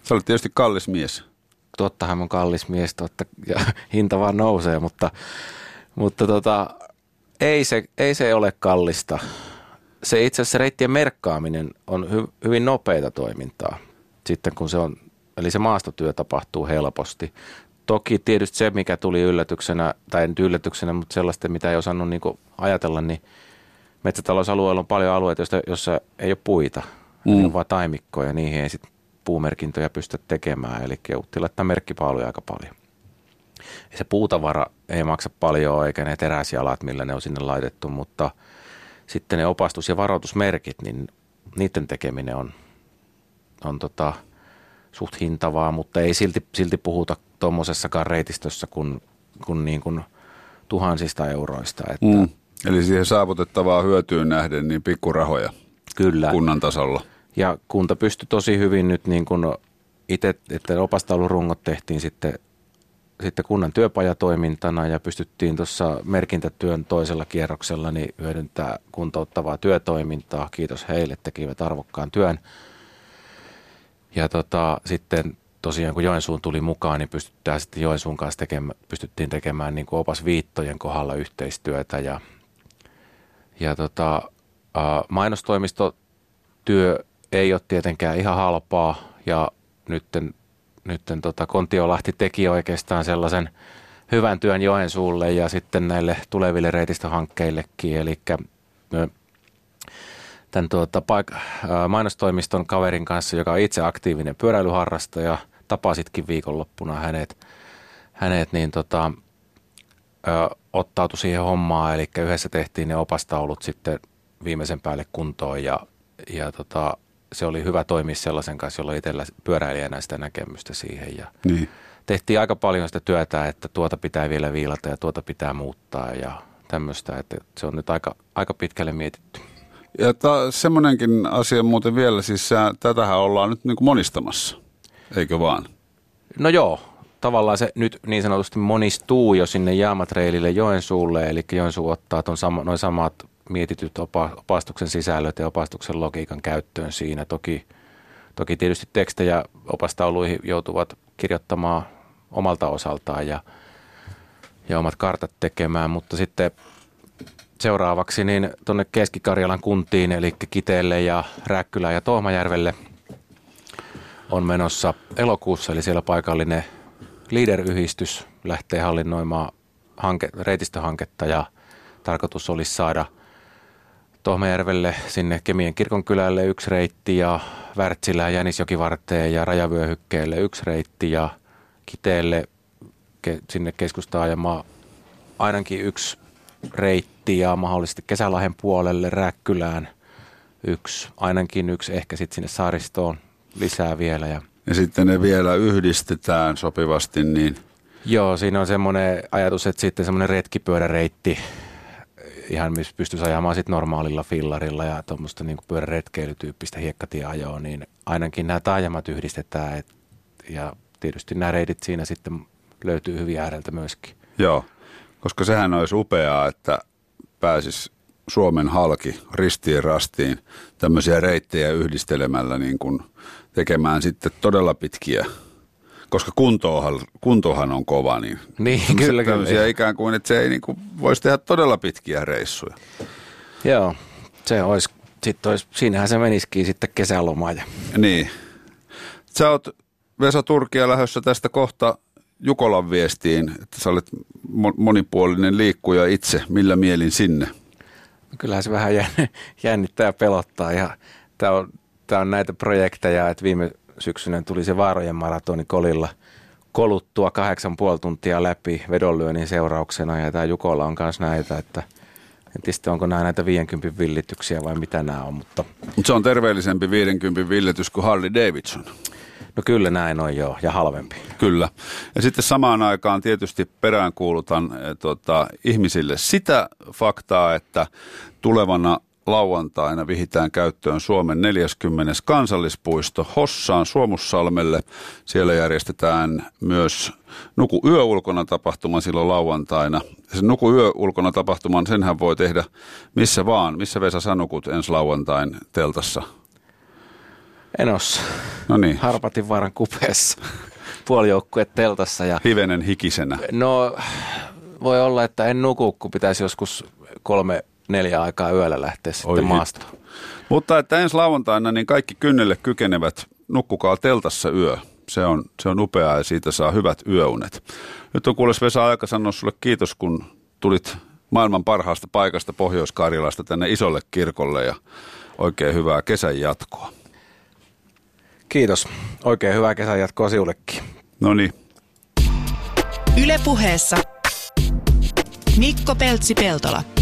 Sä olet tietysti kallis mies. Tottahan on kallis mies, totta, ja hinta vaan nousee, mutta, mutta tota, ei, se, ei se ole kallista. Se itse asiassa reittien merkkaaminen on hy, hyvin nopeata toimintaa, sitten kun se on, eli se maastotyö tapahtuu helposti. Toki tietysti se, mikä tuli yllätyksenä, tai nyt yllätyksenä, mutta sellaista, mitä ei osannut niin kuin ajatella, niin metsätalousalueella on paljon alueita, joissa ei ole puita, mm. on vaan taimikkoja, ja niihin ei sitten puumerkintöjä pystytä tekemään, eli jouduttiin laittaa merkkipaaluja aika paljon. Ja se puutavara ei maksa paljon, eikä ne teräsjalat, millä ne on sinne laitettu, mutta sitten ne opastus- ja varoitusmerkit, niin niiden tekeminen on, on tota, suht hintavaa, mutta ei silti, silti puhuta tuommoisessakaan reitistössä kuin, kuin, niin kuin tuhansista euroista. Että mm. Eli siihen saavutettavaa hyötyyn nähden niin pikkurahoja kyllä. Kunnan tasolla. Ja kunta pystyi tosi hyvin nyt niin kuin itse, että opastaulurungot tehtiin sitten, sitten kunnan työpajatoimintana ja pystyttiin tuossa merkintätyön toisella kierroksella niin hyödyntää kuntouttavaa työtoimintaa. Kiitos heille, tekivät arvokkaan työn. Ja tota, sitten tosiaan kun Joensuun tuli mukaan, niin pystytään sitten Joensuun kanssa tekemään, pystyttiin tekemään niin kuin opasviittojen kohdalla yhteistyötä. Ja, ja tota, mainostoimistotyö ei ole tietenkään ihan halpaa ja nytten, nytten tota Kontiolahti teki oikeastaan sellaisen hyvän työn Joensuulle ja sitten näille tuleville reitistöhankkeillekin. Eli tämän tuota, paik- mainostoimiston kaverin kanssa, joka on itse aktiivinen pyöräilyharrastaja, tapasitkin viikonloppuna hänet, hänet niin tota, ö, ottautui siihen hommaan, eli yhdessä tehtiin ne opastaulut sitten viimeisen päälle kuntoon ja, ja tota, se oli hyvä toimia sellaisen kanssa, jolla itsellä pyöräilijänä sitä näkemystä siihen ja niin. Tehtiin aika paljon sitä työtä, että tuota pitää vielä viilata ja tuota pitää muuttaa ja tämmöistä, että se on nyt aika, aika pitkälle mietitty. Ja ta, semmoinenkin asia muuten vielä, siis sä, tätähän ollaan nyt niin kuin monistamassa, eikö vaan? No joo, tavallaan se nyt niin sanotusti monistuu jo sinne Jäämatreilille Joensuulle, eli Joensuu ottaa ton sama, noin samat mietityt opa, opastuksen sisällöt ja opastuksen logiikan käyttöön siinä. Toki, toki tietysti tekstejä opastauluihin joutuvat kirjoittamaan omalta osaltaan ja, ja omat kartat tekemään, mutta sitten seuraavaksi niin tuonne Keski-Karjalan kuntiin, eli Kiteelle ja Rääkkylään ja Tohmajärvelle on menossa elokuussa, eli siellä paikallinen Leader-yhdistys lähtee hallinnoimaan hanke, reitistöhanketta ja tarkoitus olisi saada Tohmajärvelle sinne Kemien kirkonkylälle yksi reitti ja Wärtsilään, Jänisjokivarteen ja Rajavyöhykkeelle yksi reitti ja Kiteelle ke, sinne keskustaajamaan ainakin yksi reitti ja mahdollisesti Kesälahden puolelle Rääkkylään yksi, ainakin yksi, ehkä sitten sinne saaristoon lisää vielä. Ja, ja sitten ne vielä yhdistetään sopivasti niin. Joo, siinä on semmoinen ajatus, että sitten semmoinen retkipyöräreitti, ihan missä pystyisi ajamaan sitten normaalilla fillarilla ja tuommoista niin kuin pyöräretkeilytyyppistä hiekkatieajoa, niin ainakin nämä taajamat yhdistetään et, ja tietysti nämä reitit siinä sitten löytyy hyvin ääreltä myöskin. Joo, koska sehän olisi upeaa, että pääsisi Suomen halki ristiin rastiin tämmöisiä reittejä yhdistelemällä niin kuin tekemään sitten todella pitkiä, koska kuntohan, kuntohan on kova, niin, niin kyllä, kyllä. Ikään kuin, että se ei niin kuin voisi tehdä todella pitkiä reissuja. Joo, se olisi, sit olisi, siinähän se menisikin sitten kesälomaa. Ja. Niin. Sä oot Vesa Turkia lähdössä tästä kohta Jukolan viestiin, että sä olet monipuolinen liikkuja itse. Millä mielin sinne? Kyllähän se vähän jännittää ja pelottaa. Ja tämä on, tämä on näitä projekteja, että viime syksynä tuli se Vaarojen maratoni Kolilla koluttua kahdeksan puoli tuntia läpi vedonlyönnin seurauksena. Ja tämä Jukola on myös näitä, että en tiedä, onko nämä näitä viidenkympin villityksiä vai mitä nämä on. Mutta Mut se on terveellisempi viidenkympin villitys kuin Harley Davidson. No kyllä näin on joo, ja halvempi. Kyllä. Ja sitten samaan aikaan tietysti peräänkuulutan tuota, ihmisille sitä faktaa, että tulevana lauantaina vihitään käyttöön Suomen neljäskymmenes kansallispuisto Hossaan Suomussalmelle. Siellä järjestetään myös Nuku yö ulkona tapahtuma silloin lauantaina. Se Nuku yö ulkona tapahtuman, senhän voi tehdä missä vaan. Missä Vesa sä nukut ensi lauantain teltassa? Enossa. No niin. Harpatinvaaran kupeessa. Puolijoukkue teltassa. Ja hivenen hikisenä. No voi olla, että en nuku, kun pitäisi joskus kolme, neljä aikaa yöllä lähteä sitten Oi maastoon. Hit. Mutta että ensi lauantaina niin kaikki kynnelle kykenevät, nukkukaa teltassa yö. Se on, se on upeaa ja siitä saa hyvät yöunet. Nyt on kuules Vesa aika sanoa sulle kiitos, kun tulit maailman parhaasta paikasta Pohjois-Karjalasta tänne isolle kirkolle ja oikein hyvää kesän jatkoa. Kiitos. Oikein hyvää kesän jatkoa sinullekin. No niin. Yle Puheessa Mikko Peltsi-Peltola.